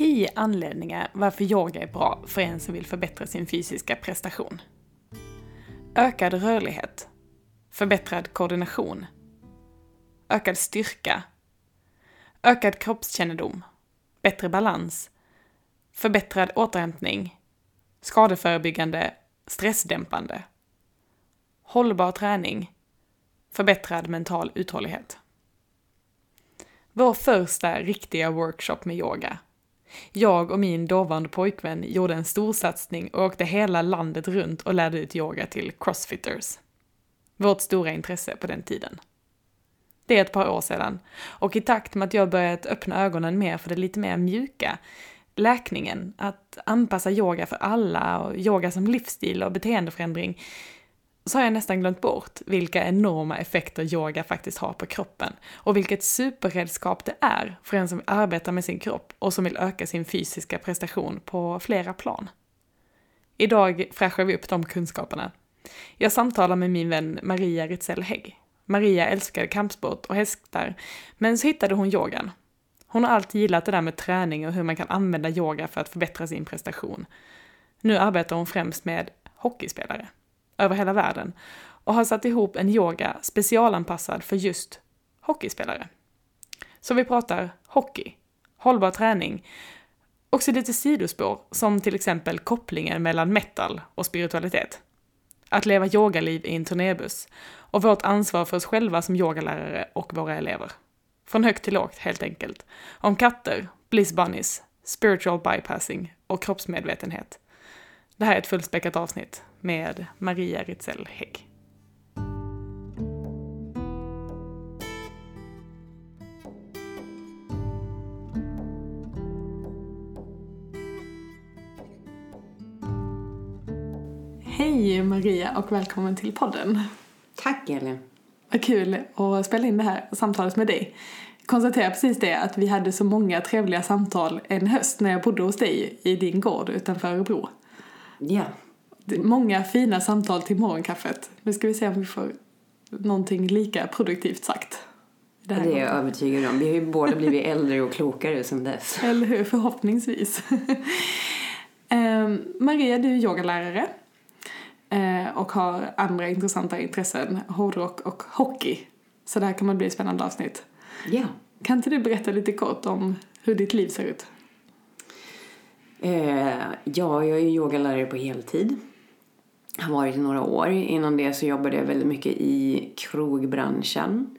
10 anledningar varför yoga är bra för en som vill förbättra sin fysiska prestation. Ökad rörlighet. Förbättrad koordination. Ökad styrka. Ökad kroppskännedom. Bättre balans. Förbättrad återhämtning. Skadeförebyggande. Stressdämpande. Hållbar träning. Förbättrad mental uthållighet. Vår första riktiga workshop med yoga. Jag och min dåvarande pojkvän gjorde en stor satsning och åkte hela landet runt och lärde ut yoga till crossfitters. Vårt stora intresse på den tiden. Det är ett par år sedan och i takt med att jag börjat öppna ögonen mer för det lite mer mjuka, läkningen, att anpassa yoga för alla och yoga som livsstil och beteendeförändring, så har jag nästan glömt bort vilka enorma effekter yoga faktiskt har på kroppen och vilket superredskap det är för en som arbetar med sin kropp och som vill öka sin fysiska prestation på flera plan. Idag fräschar vi upp de kunskaperna. Jag samtalar med min vän Maria Ritzell Hägg. Maria älskade kampsport och hästar, men så hittade hon yogan. Hon har alltid gillat det där med träning och hur man kan använda yoga för att förbättra sin prestation. Nu arbetar hon främst med hockeyspelare över hela världen och har satt ihop en yoga specialanpassad för just hockeyspelare. Så vi pratar hockey, hållbar träning, också lite sidospår som till exempel kopplingen mellan metal och spiritualitet. Att leva yogaliv i en turnébuss och vårt ansvar för oss själva som yogalärare och våra elever. Från högt till lågt helt enkelt. Om katter, bliss bunnies, spiritual bypassing och kroppsmedvetenhet. Det här är ett fullspäckat avsnitt med Maria Ritzell Hägg. Hej Maria och välkommen till podden. Tack Elin. Vad kul att spela in det här samtalet med dig. Jag konstaterar precis det att vi hade så många trevliga samtal en höst när jag bodde hos dig i din gård utanför Örebro. Ja. Många fina samtal till morgonkaffet. Nu ska vi se om vi får någonting lika produktivt sagt. Det är jag övertygad om. Vi har ju båda blivit äldre och klokare sedan dess. Eller hur, förhoppningsvis. Maria, du är yogalärare. Och har andra intressanta intressen, hårdrock och hockey. Så det här kan man bli ett spännande avsnitt. Ja. Kan inte du berätta lite kort om hur ditt liv ser ut? Jag är ju yogalärare på heltid. Har varit i några år. Innan det så jobbade jag väldigt mycket i krogbranschen.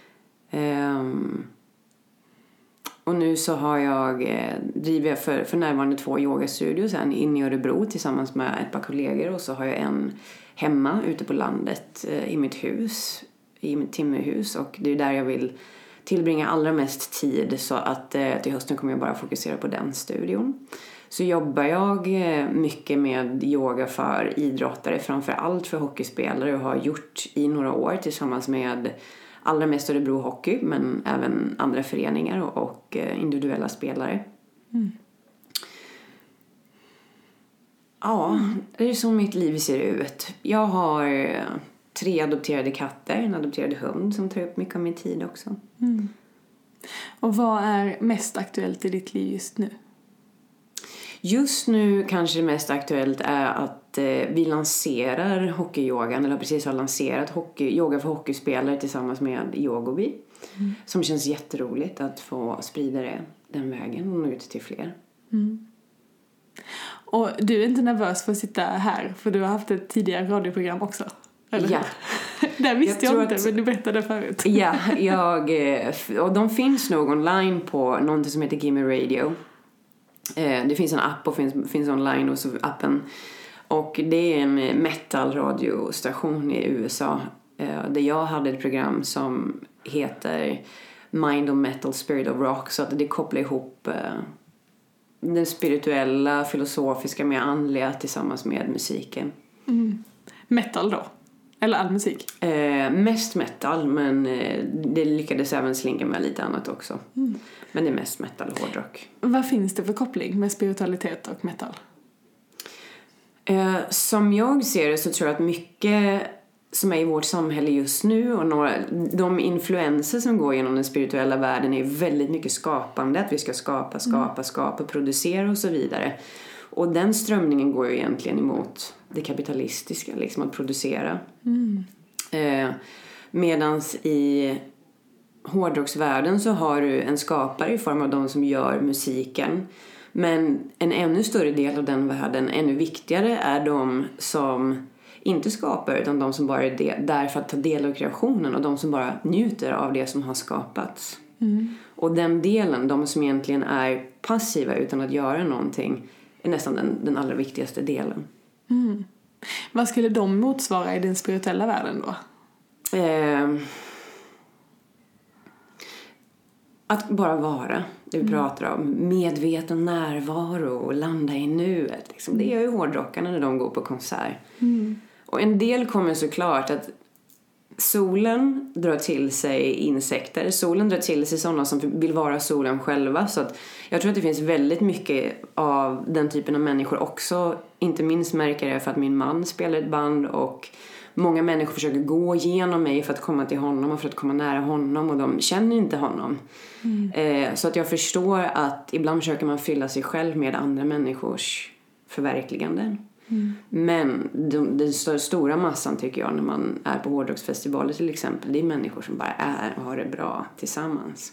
Och nu så driver jag för närvarande 2 yogastudios. En inne i Örebro tillsammans med ett par kollegor. Och så har jag en hemma ute på landet i mitt hus. I mitt timmerhus. Och det är där jag vill tillbringa allra mest tid. Så att till hösten kommer jag bara fokusera på den studion. Så jobbar jag mycket med yoga för idrottare. Framförallt för hockeyspelare. Och har gjort i några år tillsammans med allra mest Örebro Hockey, men även andra föreningar och individuella spelare. Mm. Ja, det är så mitt liv ser ut. Jag har 3 adopterade katter, en adopterad hund som tar upp mycket av min tid också. Mm. Och vad är mest aktuellt i ditt liv just nu? Just nu kanske det mest aktuellt är att vi lanserar hockeyyogan, eller precis har lanserat yoga för hockeyspelare tillsammans med Yogobi. Mm. Som känns jätteroligt att få sprida det den vägen och nå ut till fler. Mm. Och du är inte nervös för att sitta här, för du har haft ett tidigare radioprogram också, eller? Ja. Det visste jag inte, men du berättade förut. Ja, och de finns nog online på någonting som heter Gimme Radio. Det finns en app och finns online och så appen. Och det är en metal-radiostation i USA. Där jag hade ett program som heter Mind of Metal, Spirit of Rock. Så att det kopplar ihop den spirituella, filosofiska med andliga tillsammans med musiken. Mm. Metal då? Eller all musik? Mest metal, men det lyckades även slinka med lite annat också. Mm. Men det är mest metal och hårdrock. Vad finns det för koppling med spiritualitet och metal? Som jag ser det så tror jag att mycket som är i vårt samhälle just nu, och de influenser som går genom den spirituella världen är väldigt mycket skapande, att vi ska skapa, producera och så vidare. Och den strömningen går ju egentligen emot det kapitalistiska, liksom att producera. Medans i hårdrocksvärlden så har du en skapare i form av de som gör musiken. Men en ännu större del av den världen, ännu viktigare, är de som inte skapar, utan de som bara är där för att ta del av kreationen, och de som bara njuter av det som har skapats. Och den delen, de som egentligen är passiva utan att göra någonting, är nästan den allra viktigaste delen. Vad skulle de motsvara i den spirituella världen då? Att bara vara, det vi pratar om, medveten närvaro och landa i nuet. Liksom. Det gör ju hårdrockarna när de går på konsert. Och en del kommer såklart att solen drar till sig insekter. Solen drar till sig sådana som vill vara solen själva. Så att jag tror att det finns väldigt mycket av den typen av människor också. Inte minst märker jag för att min man spelar ett band, och många människor försöker gå igenom mig för att komma till honom och för att komma nära honom, och de känner inte honom. Så att jag förstår att ibland försöker man fylla sig själv med andra människors förverkliganden. Men den stora massan, tycker jag, när man är på hårdrocksfestivaler till exempel, det är människor som bara är och har det bra tillsammans.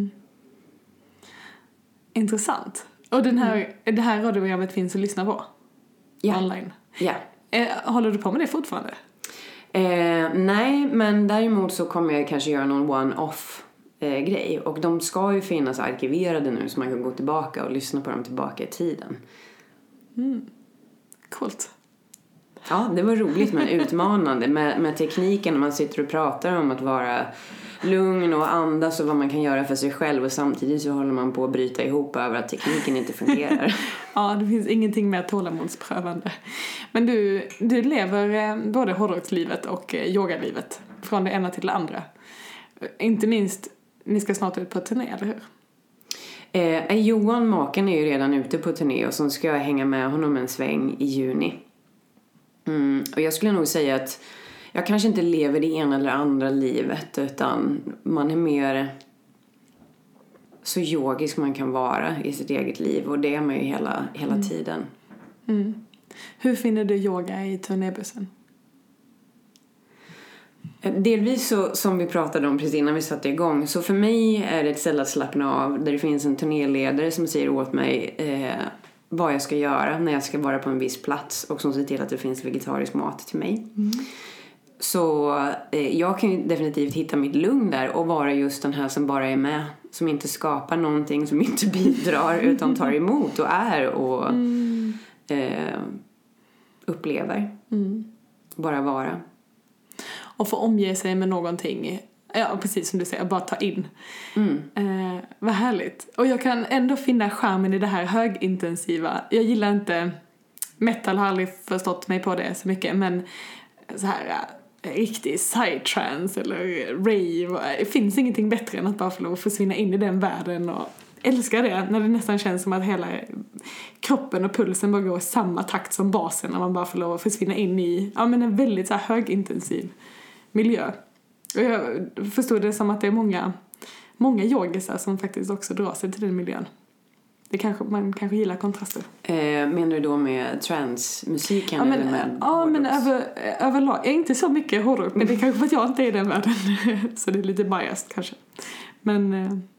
Intressant. Och det här radioprogrammet finns att lyssna på? Online? Ja. Håller du på med det fortfarande? Nej, men däremot så kommer jag kanske göra någon one-off grej. Och de ska ju finnas arkiverade nu, så man kan gå tillbaka och lyssna på dem tillbaka i tiden. Coolt. Ja, det var roligt men utmanande med tekniken när man sitter och pratar om att vara lugn och andas och vad man kan göra för sig själv, och samtidigt så håller man på att bryta ihop över att tekniken inte fungerar. Ja, det finns ingenting mer tålamodsprövande. Men du lever både hårdrockslivet och yogalivet från det ena till det andra. Inte minst, ni ska snart ut på turné, eller hur? Johan Maken är ju redan ute på turné, och så ska jag hänga med honom en sväng i juni. Och jag skulle nog säga att jag kanske inte lever det ena eller andra livet, utan man är mer så yogisk man kan vara i sitt eget liv, och det är man ju hela tiden. Hur finner du yoga i turnébussen? Delvis så, som vi pratade om precis innan vi satte igång, så för mig är det ett ställe att slappna av, där det finns en turnéledare som säger åt mig vad jag ska göra när jag ska vara på en viss plats, och som ser till att det finns vegetarisk mat till mig. Så jag kan ju definitivt hitta mitt lugn där och vara just den här som bara är med, som inte skapar någonting, som inte bidrar utan tar emot och är och upplever. Bara vara. Och få omge sig med någonting. Ja, precis som du säger, bara ta in. Vad härligt. Och jag kan ändå finna charmen i det här högintensiva. Jag gillar inte metal, har aldrig förstått mig på det så mycket, men så här riktig psytrance eller rave. Det finns ingenting bättre än att bara få lov att försvinna in i den världen, och älskar det när det nästan känns som att hela kroppen och pulsen bara går i samma takt som basen, när man bara får lov att försvinna in i en väldigt så här högintensiv miljö. Och jag förstod det som att det är många yogisar som faktiskt också drar sig till den miljön. Man kanske gillar kontraster. Menar du då med transmusiken? Men överlag. Jag är inte så mycket hårdrock, men det är kanske för att jag inte är i den världen. Så det är lite biased kanske. Men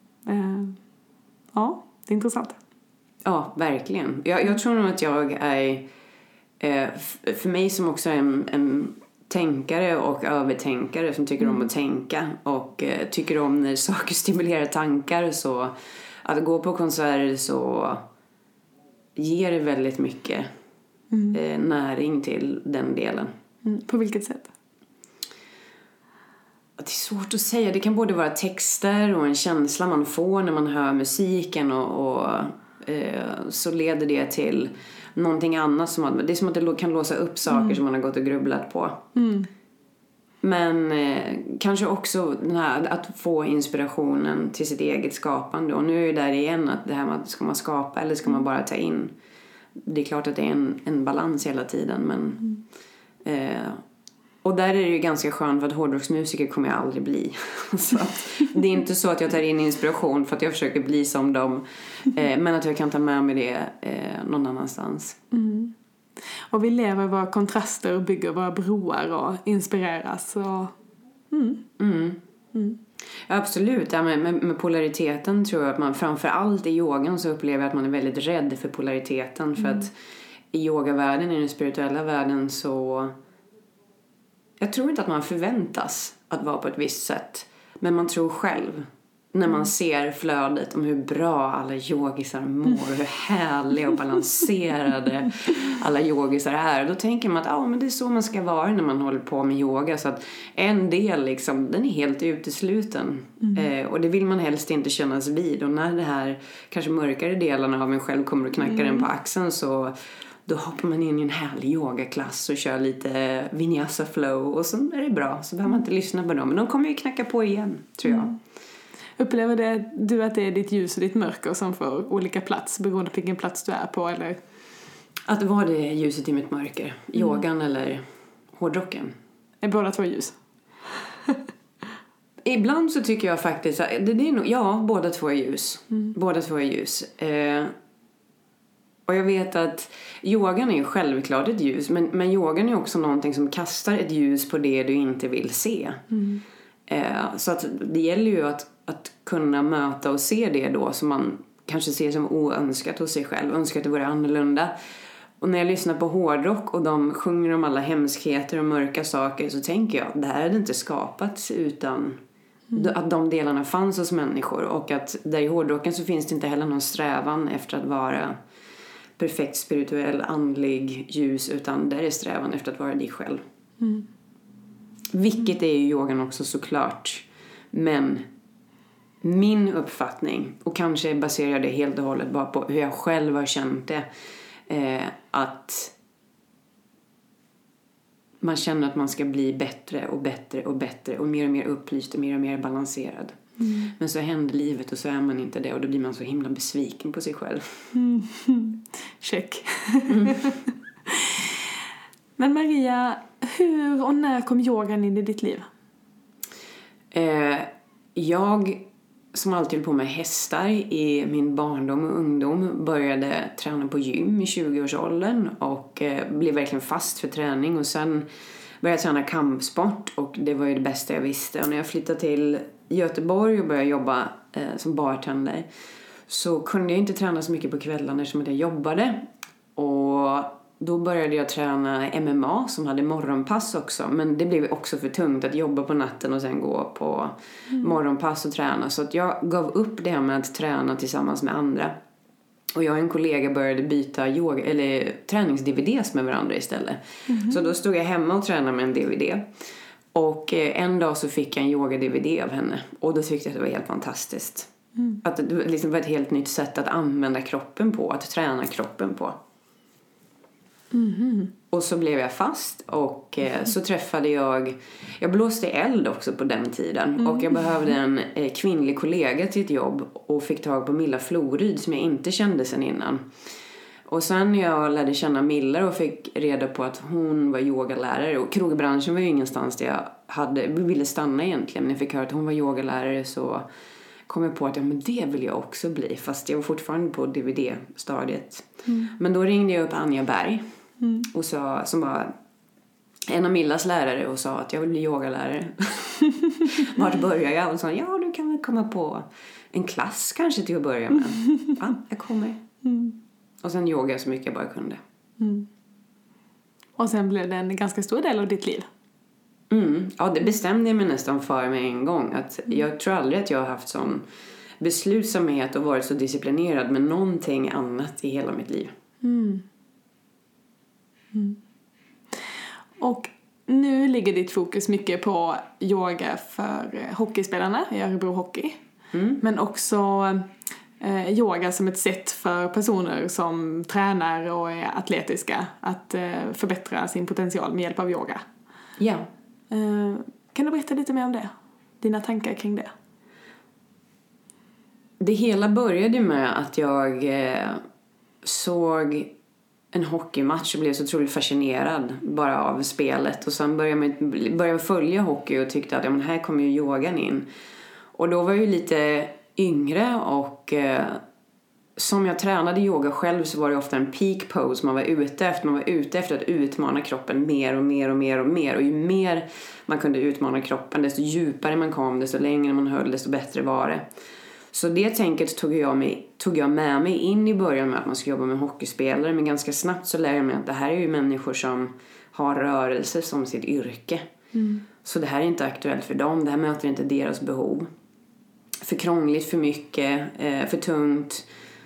ja, det är intressant. Ja, verkligen. Jag tror nog att jag är, för mig som också är en tänkare och övertänkare som tycker om att tänka och tycker om när saker stimulerar tankar, så att gå på konserter så ger det väldigt mycket näring till den delen. På vilket sätt? Det är svårt att säga. Det kan både vara texter och en känsla man får när man hör musiken, och så leder det till någonting annat. Det är som att det kan låsa upp saker som man har gått och grubblat på. Men kanske också den här, att få inspirationen till sitt eget skapande. Och nu är det där igen att det här med att ska man skapa eller ska man bara ta in. Det är klart att det är en balans hela tiden. Men, Och där är det ju ganska skönt, för att hårdrocksmusiker kommer jag aldrig bli. Så att det är inte så att jag tar in inspiration för att jag försöker bli som dem. Men att jag kan ta med mig det någon annanstans. Mm. Och vi lever våra kontraster och bygger våra broar och inspireras. Och... Ja, absolut. Ja, med polariteten tror jag att man, framförallt i yogan, så upplever jag att man är väldigt rädd för polariteten. För att i yogavärlden, i den spirituella världen, så... Jag tror inte att man förväntas att vara på ett visst sätt. Men man tror själv, när man ser flödet, om hur bra alla yogisar mår, hur härliga och balanserade alla yogisar är. Då tänker man att men det är så man ska vara när man håller på med yoga. Så att en del liksom, den är helt utesluten. Och det vill man helst inte kännas vid. Och när det här kanske mörkare delarna av en själv kommer och knackar den på axeln, så... Då hoppar man in i en härlig yogaklass och kör lite vinyasa flow. Och så är det bra. Så behöver man inte lyssna på dem. Men de kommer ju knacka på igen, tror jag. Upplever du att det är ditt ljus och ditt mörker som får olika plats, beroende på vilken plats du är på? Eller? Att var det ljuset i mitt mörker? Yogan eller hårdrocken? Är båda två ljus? Ibland så tycker jag faktiskt att det är nog, båda två är ljus. Båda två är ljus. Och jag vet att yogan är ju självklart ett ljus. Men yogan är också någonting som kastar ett ljus på det du inte vill se. Så att det gäller ju att kunna möta och se det då som man kanske ser som oönskat hos sig själv. Önskat att det vore annorlunda. Och när jag lyssnar på hårdrock och de sjunger om alla hemskheter och mörka saker, så tänker jag att det här hade inte skapats utan att de delarna fanns hos människor. Och att där i hårdrocken så finns det inte heller någon strävan efter att vara perfekt spirituell, andlig, ljus, utan där är strävan efter att vara dig själv. Vilket är ju yogan också, såklart. Men min uppfattning, och kanske baserar jag det helt och hållet bara på hur jag själv har känt det, att man känner att man ska bli bättre och bättre och bättre och mer upplyst och mer balanserad. Men så händer livet och så är man inte det, och då blir man så himla besviken på sig själv. Check. Men Maria, hur och när kom yogan in i ditt liv? Jag, som alltid höll på med hästar i min barndom och ungdom, började träna på gym i 20-årsåldern och blev verkligen fast för träning. Och sen började jag träna kampsport, och det var ju det bästa jag visste. Och när jag flyttade till Göteborg och började jobba som bartender, så kunde jag inte träna så mycket på kvällarna som att jag jobbade. Och då började jag träna MMA som hade morgonpass också. Men det blev också för tungt att jobba på natten och sen gå på morgonpass och träna. Så att jag gav upp det här med att träna tillsammans med andra. Och jag och en kollega började byta tränings-DVDs med varandra istället. Så då stod jag hemma och tränade med en DVD. Och en dag så fick jag en yoga-DVD av henne. Och då tyckte jag att det var helt fantastiskt. Att det liksom var ett helt nytt sätt att använda kroppen på. Att träna kroppen på. Och så blev jag fast. Och så träffade jag blåste eld också på den tiden. Och jag behövde en kvinnlig kollega till ett jobb. Och fick tag på Milla Floryd som jag inte kände sedan innan. Och sen jag lärde känna Milla och fick reda på att hon var yogalärare. Och krogbranschen var ju ingenstans där jag ville stanna egentligen. Men jag fick höra att hon var yogalärare, så kom jag på att men det vill jag också bli. Fast jag var fortfarande på DVD-stadiet. Men då ringde jag upp Anja Berg. Och som var en av Millas lärare, och sa att jag vill bli yogalärare. Vart börjar jag? Och sa, du kan väl komma på en klass kanske till att börja med. Ja, jag kommer. Och sen yoga jag så mycket jag bara kunde. Och sen blev det en ganska stor del av ditt liv. Ja, det bestämde jag mig nästan för mig en gång. Att jag tror aldrig att jag har haft sån beslutsamhet och varit så disciplinerad med någonting annat i hela mitt liv. Och nu ligger ditt fokus mycket på yoga för hockeyspelarna i Örebro Hockey. Men också yoga som ett sätt för personer som tränar och är atletiska att förbättra sin potential med hjälp av yoga. Ja. Kan du berätta lite mer om det? Dina tankar kring det? Det hela började med att jag såg en hockeymatch och blev så otroligt fascinerad bara av spelet. Och sen började jag följa hockey och tyckte att ja, men här kommer ju yogan in. Och då var jag ju lite yngre och som jag tränade yoga själv så var det ofta en peak pose man var ute efter. Man var ute efter att utmana kroppen mer och mer och mer och mer. Och ju mer man kunde utmana kroppen, desto djupare man kom, desto längre man höll, desto bättre var det. Så det tänket tog jag med mig in i början med att man ska jobba med hockeyspelare. Men ganska snabbt så lär jag mig att det här är ju människor som har rörelse som sitt yrke. Så det här är inte aktuellt för dem. Det här möter inte deras behov. För krångligt, för mycket, för tungt.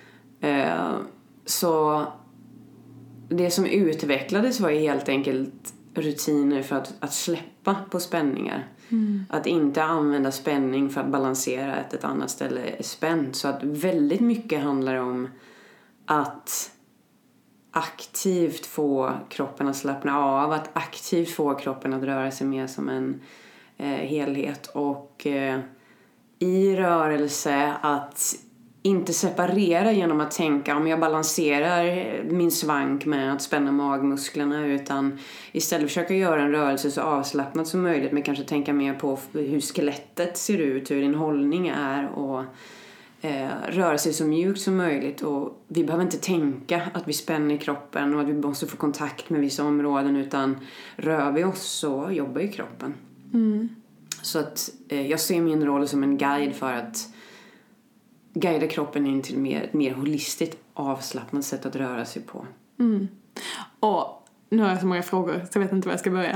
Så det som utvecklades var ju helt enkelt rutiner för att släppa på spänningar. Att inte använda spänning för att balansera ett annat ställe är spänt. Så att väldigt mycket handlar om att aktivt få kroppen att slappna av. Att aktivt få kroppen att röra sig mer som en helhet. Och i rörelse att inte separera genom att tänka om jag balanserar min svank med att spänna magmusklerna, utan istället försöka göra en rörelse så avslappnad som möjligt, men kanske tänka mer på hur skelettet ser ut, hur din hållning är och röra sig så mjukt som möjligt. Och vi behöver inte tänka att vi spänner kroppen och att vi måste få kontakt med vissa områden, utan rör vi oss så jobbar ju kroppen. Så att jag ser min roll som en guide för att guida kroppen in till ett mer holistiskt avslappnat sätt att röra sig på. Och nu har jag så många frågor så jag vet inte var jag ska börja.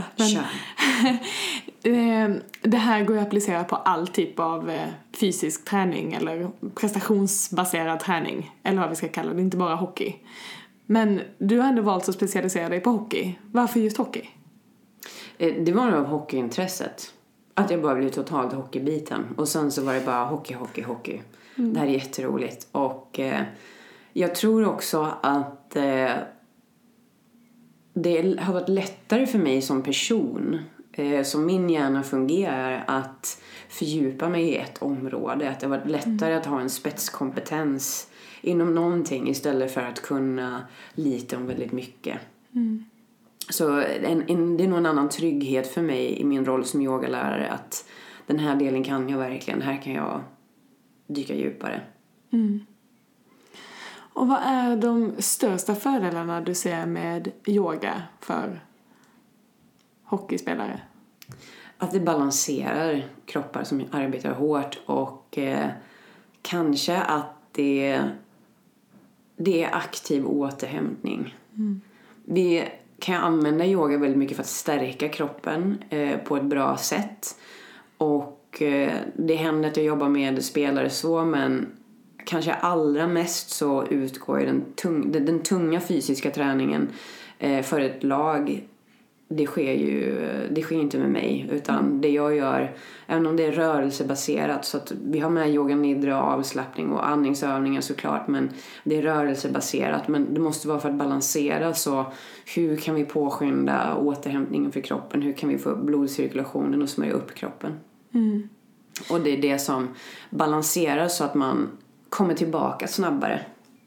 Men det här går att applicera på all typ av fysisk träning eller prestationsbaserad träning. Eller vad vi ska kalla det, inte bara hockey. Men du har ändå valt att specialisera dig på hockey. Varför just hockey? Det var nog hockeyintresset. Att jag bara blev totalt hockeybiten. Och sen så var det bara hockey. Det här är jätteroligt. Och jag tror också att det har varit lättare för mig som person, som min hjärna fungerar, att fördjupa mig i ett område. Att det har varit lättare att ha en spetskompetens inom någonting istället för att kunna lite om väldigt mycket. Så det är nog en annan trygghet för mig i min roll som yogalärare, att den här delen kan jag verkligen, här kan jag dyka djupare. Och vad är de största fördelarna du ser med yoga för hockeyspelare? Att det balanserar kroppar som arbetar hårt, och kanske att det är aktiv återhämtning. Vi kan använda yoga väldigt mycket för att stärka kroppen på ett bra sätt. Och det händer att jag jobbar med spelare så, men kanske allra mest så utgår den tunga fysiska träningen för ett lag. Det sker inte med mig, utan det jag gör, även om det är rörelsebaserat, så att vi har med yoga nidra, avslappning och andningsövningar såklart, men det är rörelsebaserat, men det måste vara för att balansera. Så hur kan vi påskynda återhämtningen för kroppen, hur kan vi få blodcirkulationen och smörja upp kroppen? Och det är det som balanserar så att man kommer tillbaka snabbare.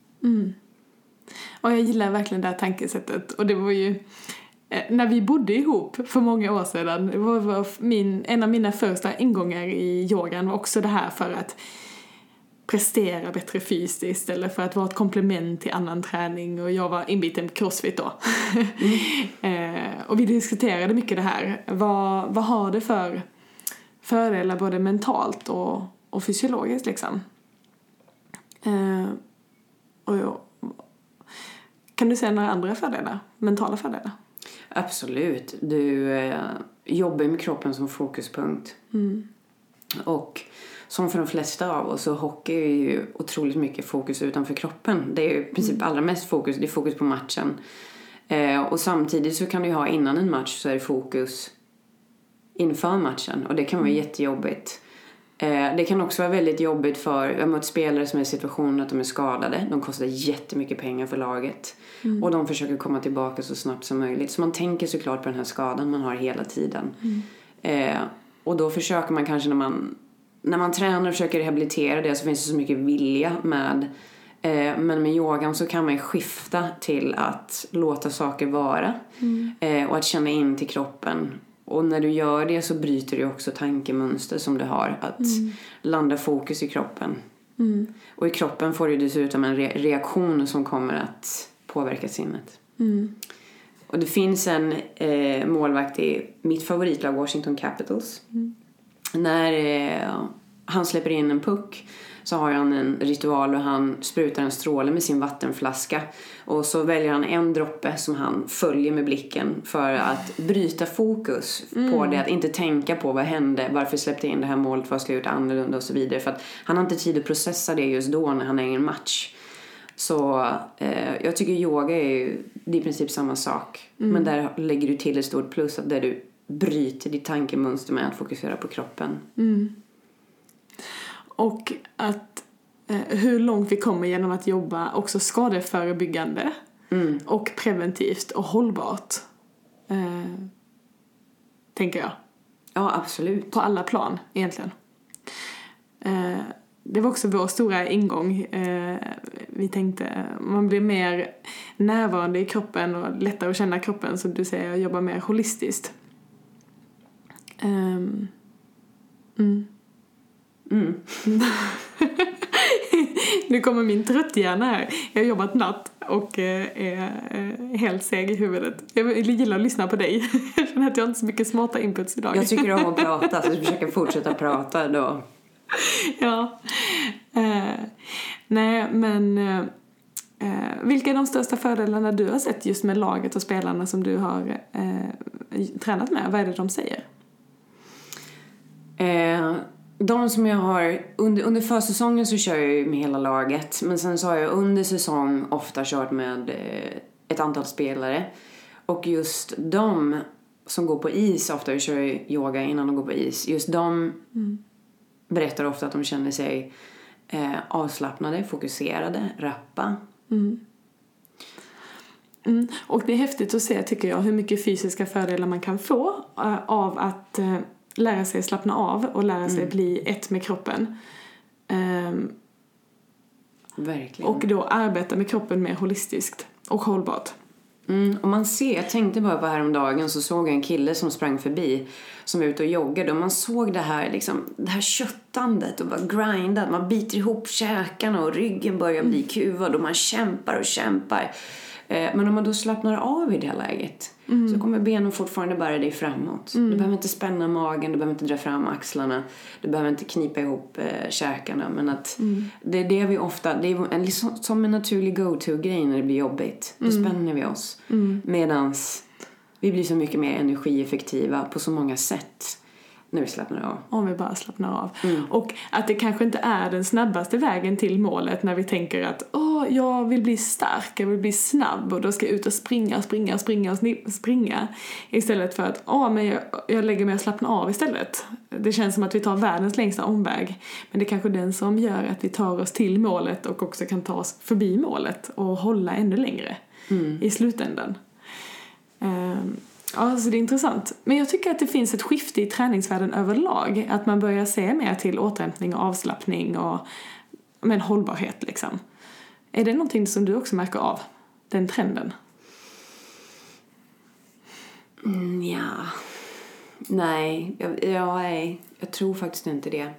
Och jag gillar verkligen det här tankesättet. Och det var ju när vi bodde ihop för många år sedan, det var en av mina första ingångar i yogan var också det här för att prestera bättre fysiskt eller för att vara ett komplement till annan träning, och jag var inbiten på CrossFit då. Och vi diskuterade mycket det här. Vad har det för fördelar både mentalt och fysiologiskt liksom? Kan du säga några andra fördelar, mentala fördelar? Absolut. Du jobbar med kroppen som fokuspunkt. Och som för de flesta av oss så hockey är ju otroligt mycket fokus utanför kroppen. Det är ju i princip allra mest fokus. Det är fokus på matchen. Och samtidigt så kan du ha innan en match så är det fokus inför matchen. Och det kan vara jättejobbigt. Det kan också vara väldigt jobbigt för spelare som är i situationen att de är skadade. De kostar jättemycket pengar för laget. Och de försöker komma tillbaka så snabbt som möjligt. Så man tänker såklart på den här skadan man har hela tiden. Och då försöker man kanske när man tränar och försöker rehabilitera det, så finns det så mycket vilja med Men med yogan så kan man skifta till att låta saker vara. Och att känna in till kroppen. Och när du gör det så bryter du också tankemönster som du har. Att landa fokus i kroppen. Och i kroppen får du dessutom en reaktion som kommer att påverka sinnet. Och det finns en målvakt i mitt favoritlag Washington Capitals. När han släpper in en puck så har han en ritual och han sprutar en stråle med sin vattenflaska. Och så väljer han en droppe som han följer med blicken för att bryta fokus på det. Att inte tänka på vad hände, varför släppte jag in det här målet, vad ska jag gjort annorlunda och så vidare. För att han har inte tid att processa det just då när han är i en match. Så jag tycker yoga är i princip samma sak. Men där lägger du till ett stort plus att där du bryter ditt tankemönster med att fokusera på kroppen. Och att hur långt vi kommer genom att jobba också skadeförebyggande och preventivt och hållbart. Tänker jag. Ja, absolut. På alla plan egentligen. Det var också vår stora ingång. Vi tänkte man blir mer närvarande i kroppen och lättare att känna kroppen, som du säger, jobba mer holistiskt. Nu kommer min trötthjärna här. Jag har jobbat natt och är helt seg i huvudet. Jag gillar att lyssna på dig. Jag känner att jag inte har så mycket smarta inputs idag. Jag tycker om att prata, så jag försöker fortsätta prata då. Ja. Nej, men vilka är de största fördelarna du har sett just med laget och spelarna som du har tränat med? Vad är det de säger? De som jag har under försäsongen så kör jag ju med hela laget, men sen så har jag under säsong ofta kört med ett antal spelare, och just de som går på is, ofta jag kör yoga innan de går på is, just de berättar ofta att de känner sig avslappnade, fokuserade, rappa. Och det är häftigt att se, tycker jag, hur mycket fysiska fördelar man kan få av att lära sig slappna av och lära sig bli ett med kroppen. Verkligen. Och då arbeta med kroppen mer holistiskt och hållbart. Och man ser, jag tänkte bara på häromdagen, så såg jag en kille som sprang förbi, som var ute och joggade, och man såg det här liksom, det här köttandet och bara grindad, man biter ihop käkarna och ryggen börjar bli kuvad och man kämpar och kämpar. Men om man då slappnar av i det här läget så kommer benen fortfarande bära dig framåt. Du behöver inte spänna magen, du behöver inte dra fram axlarna, du behöver inte knipa ihop käkarna. Men att det är det vi ofta, det är liksom som en naturlig go-to-grej när det blir jobbigt. Då spänner vi oss. Medans vi blir så mycket mer energieffektiva på så många sätt när vi slappnar av. Om vi bara slappnar av. Och att det kanske inte är den snabbaste vägen till målet när vi tänker att jag vill bli stark, jag vill bli snabb och då ska jag ut och springa. Istället för att men jag lägger mig och slappnar av istället. Det känns som att vi tar världens längsta omväg. Men det är kanske den som gör att vi tar oss till målet och också kan ta oss förbi målet och hålla ännu längre i slutändan. Ja, så det är intressant. Men jag tycker att det finns ett skifte i träningsvärlden överlag. Att man börjar se mer till återhämtning och avslappning och hållbarhet liksom. Är det någonting som du också märker av? Den trenden? Ja. Nej, jag tror faktiskt inte det.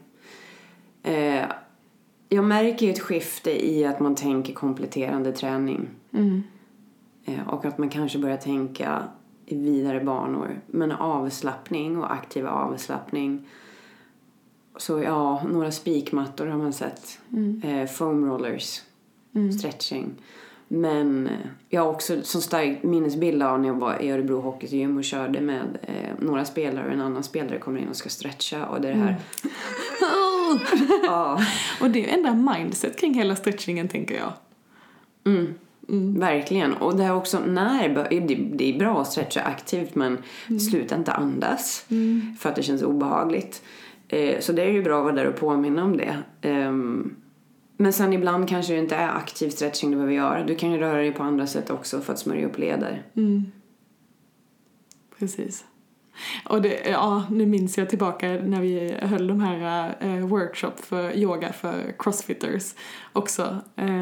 Jag märker ett skifte i att man tänker kompletterande träning. Och att man kanske börjar tänka i vidare banor. Men avslappning och aktiv avslappning. Så några spikmattor har man sett. Foam rollers. Stretching. Men jag har också så stark minnesbild av när jag var i Örebro hockeygym och körde med några spelare, och en annan spelare kommer in och ska stretcha, och det är det här. Och det ändrar mindset kring hela stretchingen, tänker jag. Verkligen. Och det är också det är bra att stretcha aktivt, men sluta inte andas för att det känns obehagligt. Så det är ju bra att vara där och påminna om det. Men sen ibland kanske det inte är aktiv stretching du behöver göra. Du kan ju röra dig på andra sätt också för att smörja upp leder. Precis. Och nu minns jag tillbaka när vi höll de här workshop för yoga för crossfitters också.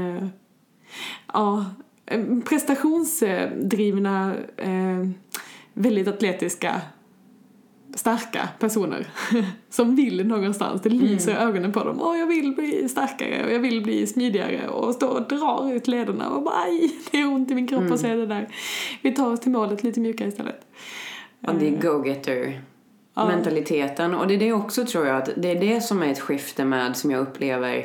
Prestationsdrivna, väldigt atletiska, starka personer som vill någonstans. Det lyser i ögonen på dem. Jag vill bli starkare och jag vill bli smidigare, och stå och dra ut lederna och bara, aj, det är ont i min kropp och se det där. Vi tar oss till målet lite mjukare istället. Ja, det är go-getter mentaliteten, och det är det också, tror jag, att det är det som är ett skifte med, som jag upplever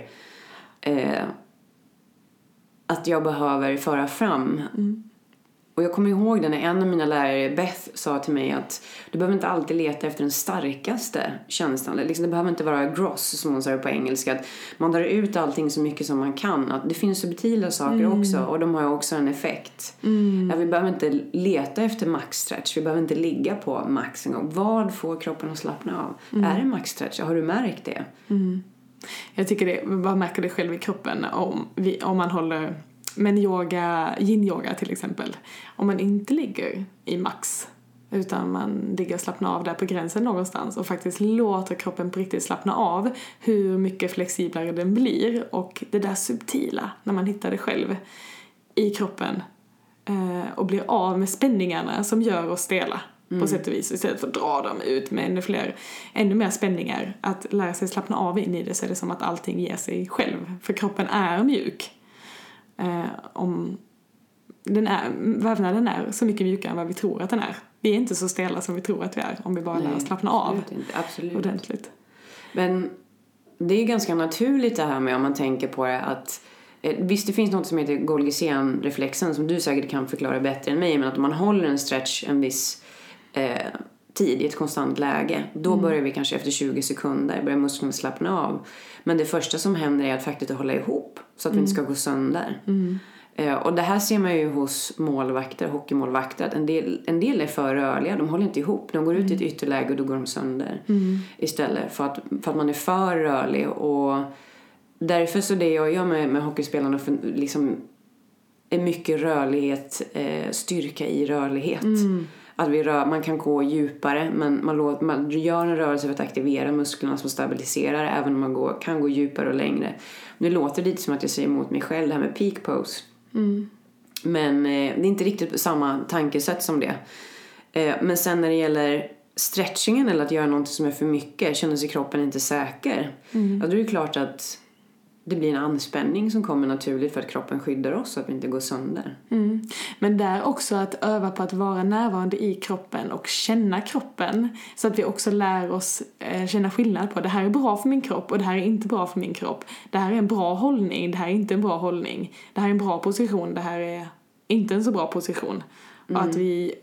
att jag behöver föra fram. Och jag kommer ihåg det när en av mina lärare, Beth, sa till mig att du behöver inte alltid leta efter den starkaste känslan. Liksom, det behöver inte vara gross, som hon säger på engelska. Att man drar ut allting så mycket som man kan. Att det finns subtila saker också, och de har ju också en effekt. Att vi behöver inte leta efter max-stretch. Vi behöver inte ligga på max en gång. Vad får kroppen att slappna av? Är det max-stretch? Har du märkt det? Jag tycker man märker det själv i kroppen om man håller. Men yin-yoga till exempel, om man inte ligger i max, utan man ligger och slappnar av där på gränsen någonstans och faktiskt låter kroppen på riktigt slappna av, hur mycket flexiblare den blir, och det där subtila när man hittar det själv i kroppen och blir av med spänningarna som gör oss stela på sätt och vis, istället för att dra dem ut med ännu mer spänningar. Att lära sig slappna av in i det, så är det som att allting ger sig själv, för kroppen är mjuk. Om vävnaden är så mycket mjukare än vad vi tror att den är. Vi är inte så stela som vi tror att vi är, om vi bara lär oss slappna av ordentligt. Men det är ganska naturligt det här med, om man tänker på det, att visst, det finns något som heter Golgi-reflexen, som du säkert kan förklara bättre än mig, men att om man håller en stretch en viss tid i ett konstant läge, då börjar vi kanske efter 20 sekunder börjar musklerna slappna av. Men det första som händer är att faktiskt hålla ihop, så att vi inte ska gå sönder. Och det här ser man ju hos målvakter, hockeymålvakter, att en del är för rörliga, de håller inte ihop, de går ut i ett ytterläge och då går de sönder istället för att man är för rörlig. Och därför så det jag gör med hockeyspelarna liksom är mycket rörlighet, styrka i rörlighet. Att man kan gå djupare, men man gör en rörelse för att aktivera musklerna som stabiliserar, även om man kan gå djupare och längre. Nu låter det lite som att jag säger emot mig själv, det här med peak pose. Men det är inte riktigt samma tankesätt som det. Men sen när det gäller stretchingen, eller att göra något som är för mycket, känner sig kroppen inte säker. Ja, då är det klart att det blir en anspänning som kommer naturligt, för att kroppen skyddar oss så att vi inte går sönder. Men där också att öva på att vara närvarande i kroppen och känna kroppen, så att vi också lär oss känna skillnad på det här är bra för min kropp och det här är inte bra för min kropp. Det här är en bra hållning, det här är inte en bra hållning. Det här är en bra position, det här är inte en så bra position. Och att vi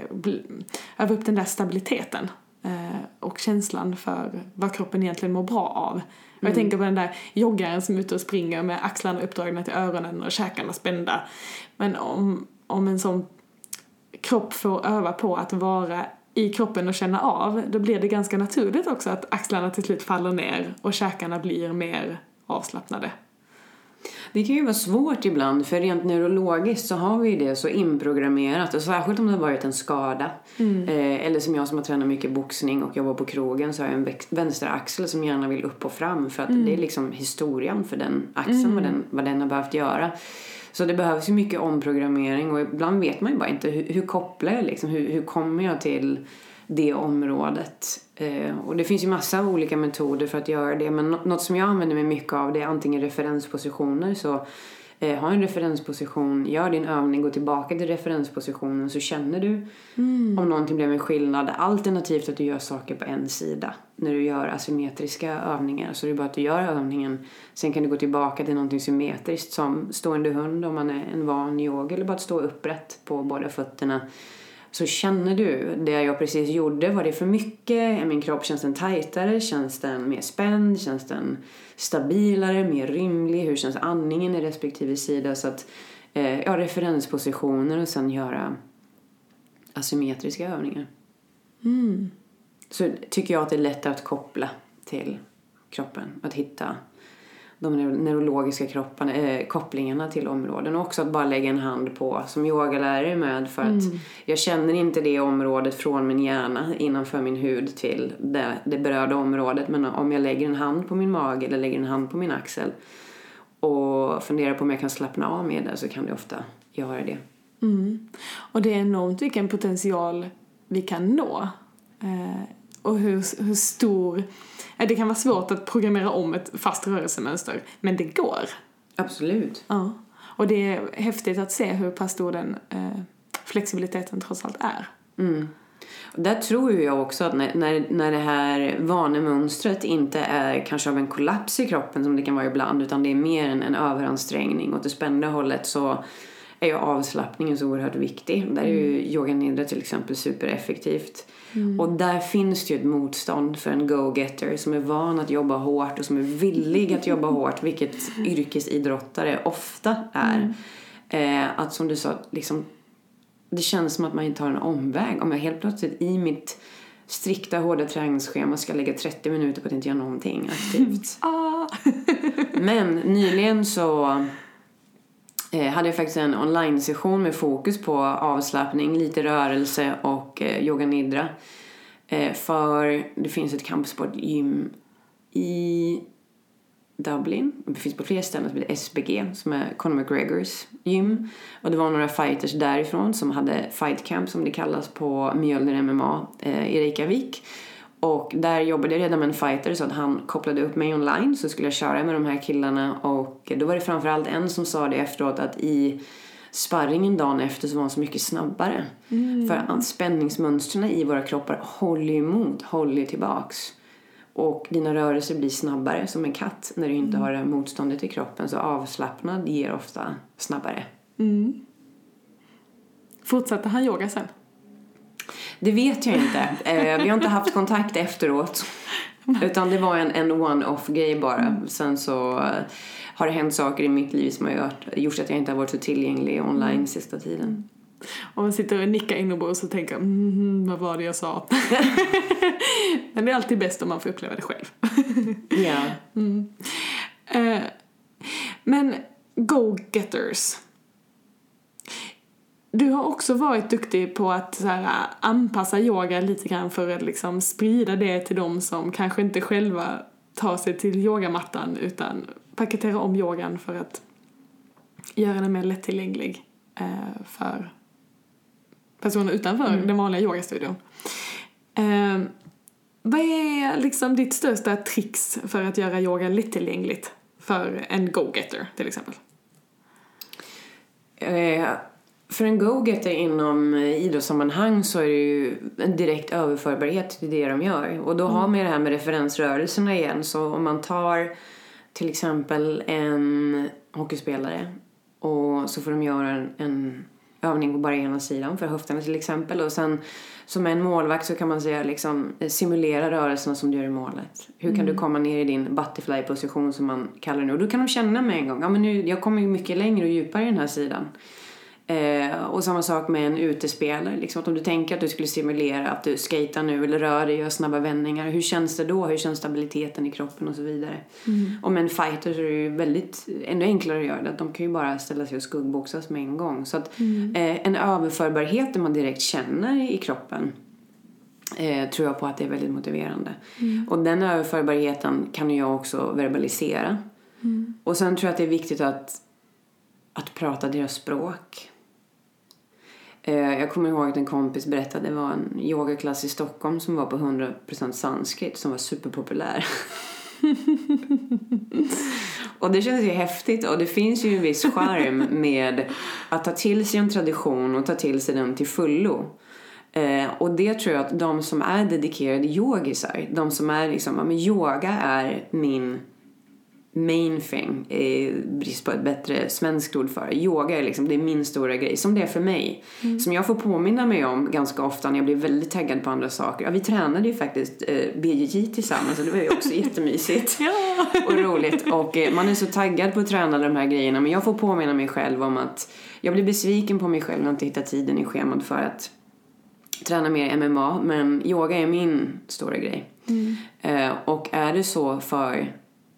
övar upp den där stabiliteten och känslan för vad kroppen egentligen mår bra av. Och jag tänker på den där joggaren som är ute och springer med axlarna uppdragna till öronen och käkarna spända. Men om en sån kropp får öva på att vara i kroppen och känna av, då blir det ganska naturligt också att axlarna till slut faller ner och käkarna blir mer avslappnade. Det kan ju vara svårt ibland, för rent neurologiskt så har vi det så inprogrammerat, och särskilt om det har varit en skada. Eller som jag som har tränat mycket boxning och jobbar på krogen, så har jag en vänster axel som gärna vill upp och fram, för att det är liksom historien för den axeln, vad den har behövt göra. Så det behövs ju mycket omprogrammering, och ibland vet man ju bara inte hur kopplar jag liksom, hur kommer jag till det området. Och det finns ju massa olika metoder för att göra det, men något som jag använder mig mycket av, det är antingen referenspositioner. Så ha en referensposition, gör din övning, gå tillbaka till referenspositionen, så känner du om någonting blev en skillnad. Alternativt att du gör saker på en sida när du gör asymmetriska övningar, så det är bara att du gör övningen, sen kan du gå tillbaka till någonting symmetriskt, som stående hund om man är en van yoga, eller bara att stå upprätt på båda fötterna. Så känner du det jag precis gjorde, var det för mycket? Är min kropp, känns den tajtare? Känns den mer spänd? Känns den stabilare? Mer rymlig? Hur känns andningen i respektive sida? Så att referenspositioner, och sen göra asymmetriska övningar. Så tycker jag att det är lätt att koppla till kroppen. Att hitta de neurologiska kopplingarna till områden. Och också att bara lägga en hand på som yogalärare med. För att jag känner inte det området från min hjärna innanför min hud till det berörda området. Men om jag lägger en hand på min mage eller lägger en hand på min axel och funderar på om jag kan slappna av med det, så kan det ofta göra det. Och det är enormt vilken potential vi kan nå. Och hur stor... Det kan vara svårt att programmera om ett fast rörelsemönster, men det går. Absolut. Ja. Och det är häftigt att se hur pass stor den flexibiliteten trots allt är. Och där tror jag också att när det här vanemönstret inte är kanske av en kollaps i kroppen som det kan vara ibland, utan det är mer en överansträngning åt det spända hållet, så är ju avslappningen så oerhört viktig. Där är ju yoga nidra till exempel supereffektivt. Och där finns det ju ett motstånd för en go-getter som är van att jobba hårt och som är villig att jobba hårt, vilket yrkesidrottare ofta är. Att som du sa, liksom, det känns som att man inte tar en omväg. Om jag helt plötsligt i mitt strikta, hårda träningsschema ska lägga 30 minuter på att inte göra någonting aktivt. Men nyligen så hade jag faktiskt en online-session med fokus på avslappning, lite rörelse och yoga nidra. För det finns ett kampsportgym i Dublin. Det finns på flera ställen som heter SBG, som är Conor McGregors gym. Och det var några fighters därifrån som hade fight camp, som det kallas på Mjölner MMA i Reykjavik. Och där jobbade jag redan med en fighter, så att han kopplade upp mig online, så skulle jag köra med de här killarna. Och då var det framförallt en som sa det efteråt, att i sparringen dagen efter så var han så mycket snabbare. För att spänningsmönstren i våra kroppar håller emot, håller tillbaks. Och dina rörelser blir snabbare som en katt när du inte har det motståndet i kroppen. Så avslappnad ger ofta snabbare. Fortsatte han yoga sen? Det vet jag inte. Vi har inte haft kontakt efteråt. Utan det var en one-off-grej bara. Sen så har det hänt saker i mitt liv som har gjort att jag inte har varit så tillgänglig online sista tiden. Och man sitter och nickar inombords och tänker, vad var det jag sa? Men det är alltid bäst om man får uppleva det själv. Ja. Men go-getters. Du har också varit duktig på att så här, anpassa yoga lite grann för att liksom sprida det till de som kanske inte själva tar sig till yogamattan, utan paketera om yogan för att göra den mer lättillgänglig för personer utanför den vanliga yogastudion. Vad är liksom ditt största tricks för att göra yoga lättillgängligt för en go-getter till exempel? För en go-getter inom idrottssammanhang så är det ju en direkt överförbarhet till det de gör. Och då har man det här med referensrörelserna igen. Så om man tar till exempel en hockeyspelare och så får de göra en övning på bara ena sidan för höfterna till exempel. Och sen som en målvakt så kan man säga liksom simulera rörelserna som du gör i målet. Hur kan du komma ner i din butterfly-position som man kallar det nu. Och då kan de känna med en gång. Ja, men nu, jag kommer ju mycket längre och djupare i den här sidan. Och samma sak med en utespelare. Liksom att om du tänker att du skulle simulera att du skater nu eller rör dig och gör snabba vändningar. Hur känns det då? Hur känns stabiliteten i kroppen och så vidare? Och med en fighter så är det ju väldigt ännu enklare att göra det. Att de kan ju bara ställa sig och skuggboxas med en gång. Så att en överförbarhet där man direkt känner i kroppen tror jag på att det är väldigt motiverande. Och den överförbarheten kan jag också verbalisera. Och sen tror jag att det är viktigt att prata deras språk. Jag kommer ihåg att en kompis berättade det var en yogaklass i Stockholm som var på 100% sanskrit som var superpopulär. Och det känns ju häftigt, och det finns ju en viss charm med att ta till sig en tradition och ta till sig den till fullo. Och det tror jag att de som är dedikerade yogisar, de som är liksom, men yoga är min main thing, brist på ett bättre svenskt ord för yoga är liksom, det är min stora grej, som det är för mig, som jag får påminna mig om ganska ofta när jag blir väldigt taggad på andra saker. Ja, vi tränade ju faktiskt BJJ tillsammans, och det var ju också jättemysigt och roligt, och man är så taggad på att träna de här grejerna, men jag får påminna mig själv om att jag blir besviken på mig själv när jag inte hittar tiden i schemat för att träna mer MMA, men yoga är min stora grej. Och är det så för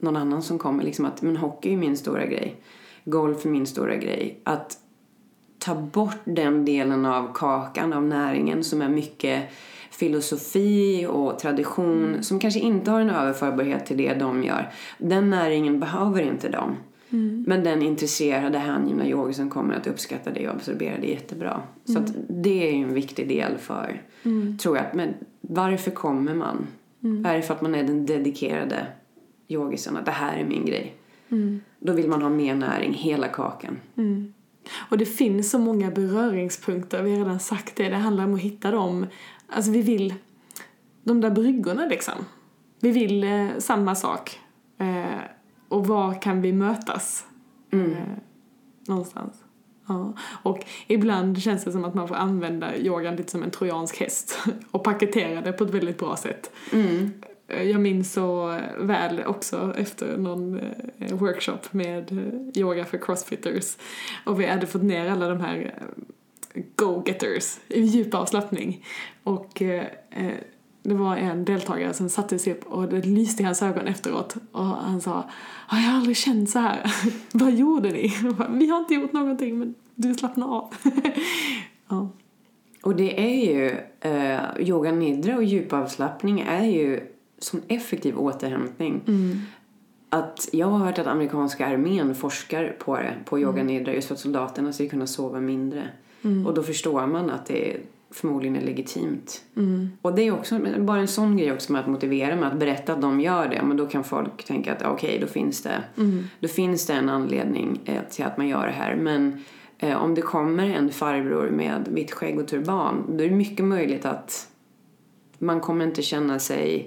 någon annan som kommer. Liksom att, men hockey är min stora grej. Golf är min stora grej. Att ta bort den delen av kakan, av näringen som är mycket filosofi och tradition. Som kanske inte har en överförbarhet till det de gör. Den näringen behöver inte de. Men den intresserade hängivna yogisen kommer att uppskatta det och absorbera det jättebra. Så att det är en viktig del för, tror jag. Men varför kommer man? Är det för att man är den dedikerade yogisen? Att det här är min grej. Då vill man ha mer näring, hela kakan. Och det finns så många beröringspunkter. Vi har redan sagt det. Det handlar om att hitta dem. Alltså vi vill de där bryggorna liksom. Vi vill samma sak. Och var kan vi mötas? Någonstans. Ja. Och ibland känns det som att man får använda yogan lite som en trojansk häst. Och paketera det på ett väldigt bra sätt. Jag minns så väl också efter någon workshop med yoga för crossfitters. Och vi hade fått ner alla de här go-getters i djup avslappning. Och det var en deltagare som satte sig upp och det lyste i hans ögon efteråt. Och han sa, jag har aldrig känt så här. Vad gjorde ni? Vi har inte gjort någonting, men du slappnar av. Ja. Och det är ju, yoga nidra och djupavslappning är ju som effektiv återhämtning. Att jag har hört att amerikanska armén forskar på det, på yoga nidra, just för att soldaterna ska kunna sova mindre. Och då förstår man att det förmodligen är legitimt. Och det är också bara en sån grej också med att motivera, med att berätta att de gör det. Men då kan folk tänka att okej, då finns det en anledning till att man gör det här. Men om det kommer en farbror med vitt skägg och turban, då är det mycket möjligt att man kommer inte känna sig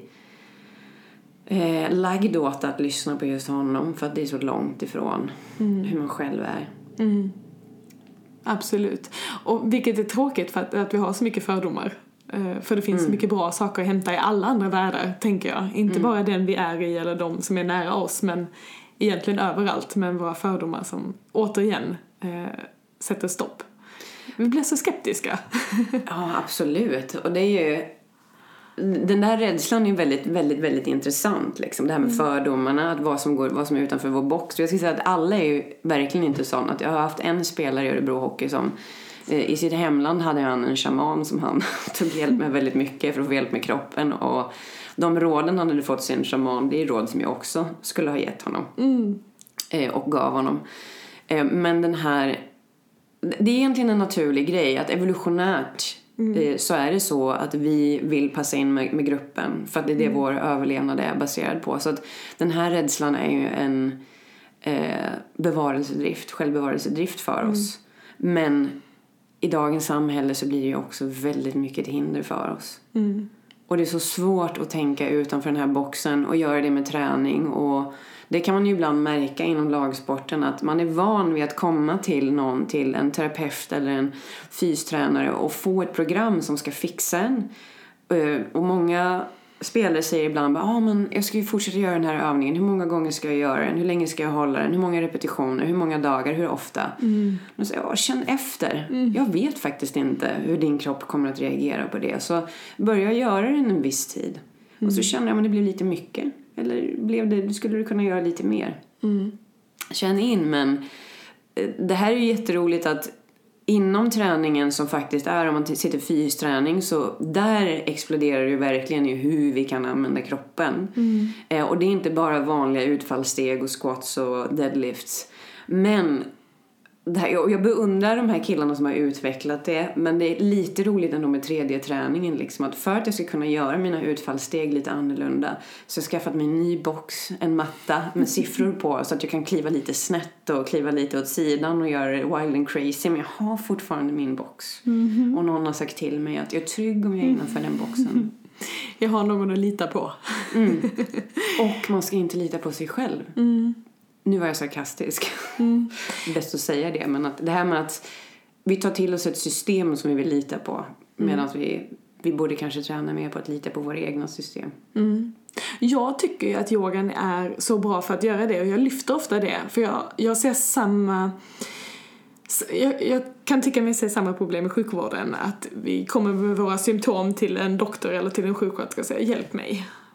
lagd åt att lyssna på just honom, för att det är så långt ifrån hur man själv är. Absolut. Och vilket är tråkigt för att vi har så mycket fördomar. För det finns mycket bra saker att hämta i alla andra världar, tänker jag. Inte bara den vi är i eller de som är nära oss, men egentligen överallt. Men våra fördomar som återigen sätter stopp. Vi blir så skeptiska. Ja, absolut. Och det är ju, den där rädslan är väldigt, väldigt, väldigt intressant. Liksom. Det här med fördomarna, att vad som är utanför vår box. Jag ska säga att alla är ju verkligen inte sån. Att jag har haft en spelare i Örebro Hockey som i sitt hemland hade han en shaman som han tog hjälp med väldigt mycket för att få hjälp med kroppen. Och de råden han hade fått sin shaman, det är råd som jag också skulle ha gett honom. Och gav honom. Men den här, det är egentligen en naturlig grej att evolutionärt så är det så att vi vill passa in med gruppen, för att det är det vår överlevnad är baserad på. Så att den här rädslan är ju en självbevarelsedrift för oss. Men i dagens samhälle så blir det ju också väldigt mycket ett hinder för oss. Och det är så svårt att tänka utanför den här boxen och göra det med träning. Och det kan man ju ibland märka inom lagsporten, att man är van vid att komma till en terapeut eller en fystränare och få ett program som ska fixa en. Och många spelare säger ibland men jag ska ju fortsätta göra den här övningen. Hur många gånger ska jag göra den? Hur länge ska jag hålla den? Hur många repetitioner? Hur många dagar? Hur ofta? Men så, känn efter. Jag vet faktiskt inte hur din kropp kommer att reagera på det. Så börja göra den en viss tid. Och så känner jag att det blir lite mycket. Eller skulle du kunna göra lite mer? Känn in, men det här är ju jätteroligt att inom träningen som faktiskt är, om man sitter fysträning, så där exploderar det ju verkligen i hur vi kan använda kroppen. Och det är inte bara vanliga utfallssteg och squats och deadlifts. Men det här, jag beundrar de här killarna som har utvecklat det, men det är lite roligt ändå med 3D-träningen. Liksom, att för att jag ska kunna göra mina utfallssteg lite annorlunda, så jag har skaffat mig en ny box, en matta med siffror på, så att jag kan kliva lite snett och kliva lite åt sidan och göra det wild and crazy. Men jag har fortfarande min box. Och någon har sagt till mig att jag är trygg om jag är innanför den boxen. Jag har någon att lita på. Och man ska inte lita på sig själv. Nu var jag sarkastisk. Bäst att säga det. Men att det här med att vi tar till oss ett system som vi vill lita på. Medan vi borde kanske träna mer på att lita på våra egna system. Jag tycker ju att yogan är så bra för att göra det. Och jag lyfter ofta det. För jag ser samma... Jag kan tycka mig se samma problem i sjukvården. Att vi kommer med våra symptom till en doktor eller till en sjuksköterska och säger hjälp mig.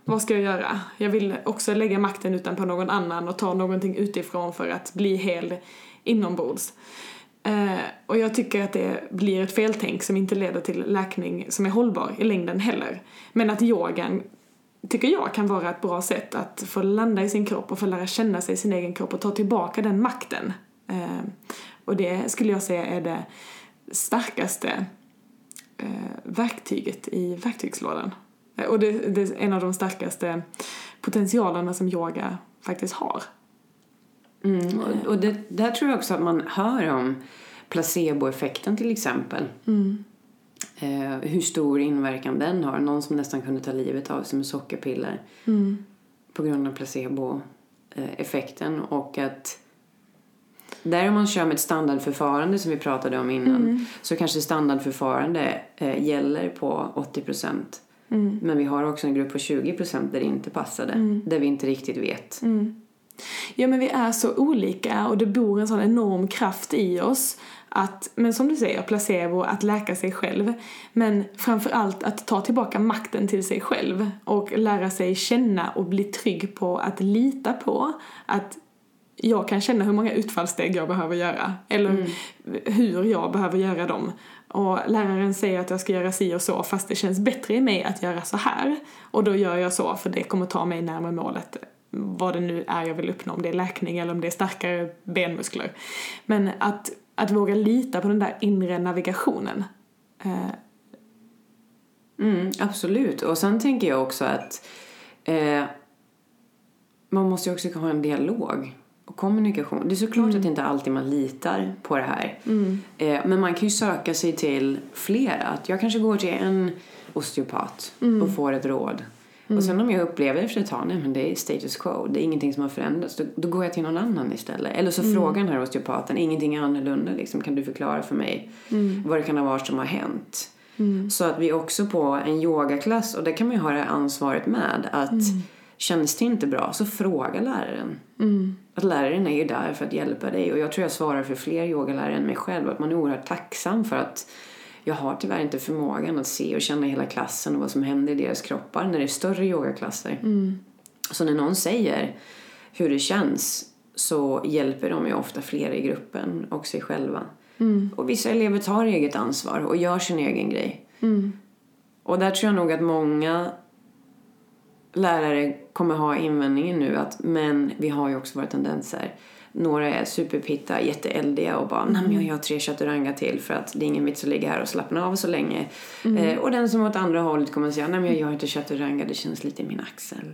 vad ska jag göra? Jag vill också lägga makten utanpå någon annan och ta någonting utifrån för att bli hel inombords. Och jag tycker att det blir ett feltänk som inte leder till läkning som är hållbar i längden heller. Men att yogan, tycker jag, kan vara ett bra sätt att få landa i sin kropp och få lära känna sig i sin egen kropp och ta tillbaka den makten. Och det skulle jag säga är det starkaste verktyget i verktygslådan. Och det är en av de starkaste potentialerna som yoga faktiskt har. Och det där tror jag också att man hör om placeboeffekten till exempel. Hur stor inverkan den har. Någon som nästan kunde ta livet av sig med sockerpiller på grund av placeboeffekten. Och att där om man kör med ett standardförfarande som vi pratade om innan, så kanske standardförfarande gäller på 80%. Men vi har också en grupp på 20% där det inte passade. Där vi inte riktigt vet. Ja, men vi är så olika och det bor en sån enorm kraft i oss att, men som du säger, placebo, att läka sig själv, men framförallt att ta tillbaka makten till sig själv och lära sig känna och bli trygg på att lita på att jag kan känna hur många utfallssteg jag behöver göra eller hur jag behöver göra dem. Och läraren säger att jag ska göra si och så fast det känns bättre i mig att göra så här, och då gör jag så för det kommer ta mig närmare målet, vad det nu är jag vill uppnå, om det är läkning eller om det är starkare benmuskler. Men att våga lita på den där inre navigationen. Absolut. Och sen tänker jag också att man måste ju också ha en dialog och kommunikation. Det är såklart att inte alltid man litar på det här. Men man kan ju söka sig till flera. Att jag kanske går till en osteopat och får ett råd. Och sen om jag upplever efter ett tag, nej men det är status quo, det är ingenting som har förändrats, då går jag till någon annan istället. Eller så frågar den här osteopaten, ingenting är annorlunda liksom, kan du förklara för mig vad det kan ha varit som har hänt. Så att vi också på en yogaklass, och det kan man ju ha det ansvaret med, att känns det inte bra så fråga läraren. Att läraren är ju där för att hjälpa dig, och jag tror jag svarar för fler yogalärare än mig själv, att man är oerhört tacksam för att jag har tyvärr inte förmågan att se och känna hela klassen och vad som händer i deras kroppar när det är större yogaklasser. Så när någon säger hur det känns så hjälper de ju ofta fler i gruppen och sig själva. Och vissa elever tar eget ansvar och gör sin egen grej. Och där tror jag nog att många lärare kommer ha invändningen nu att, men vi har ju också våra tendenser. Några är superpitta, jätteeldiga och bara, nej men jag gör 3 chaturanga till för att det är ingen vits att ligga här och slappna av så länge. Och den som åt andra hållet kommer att säga, nej men jag gör inte chaturanga, det känns lite i min axel.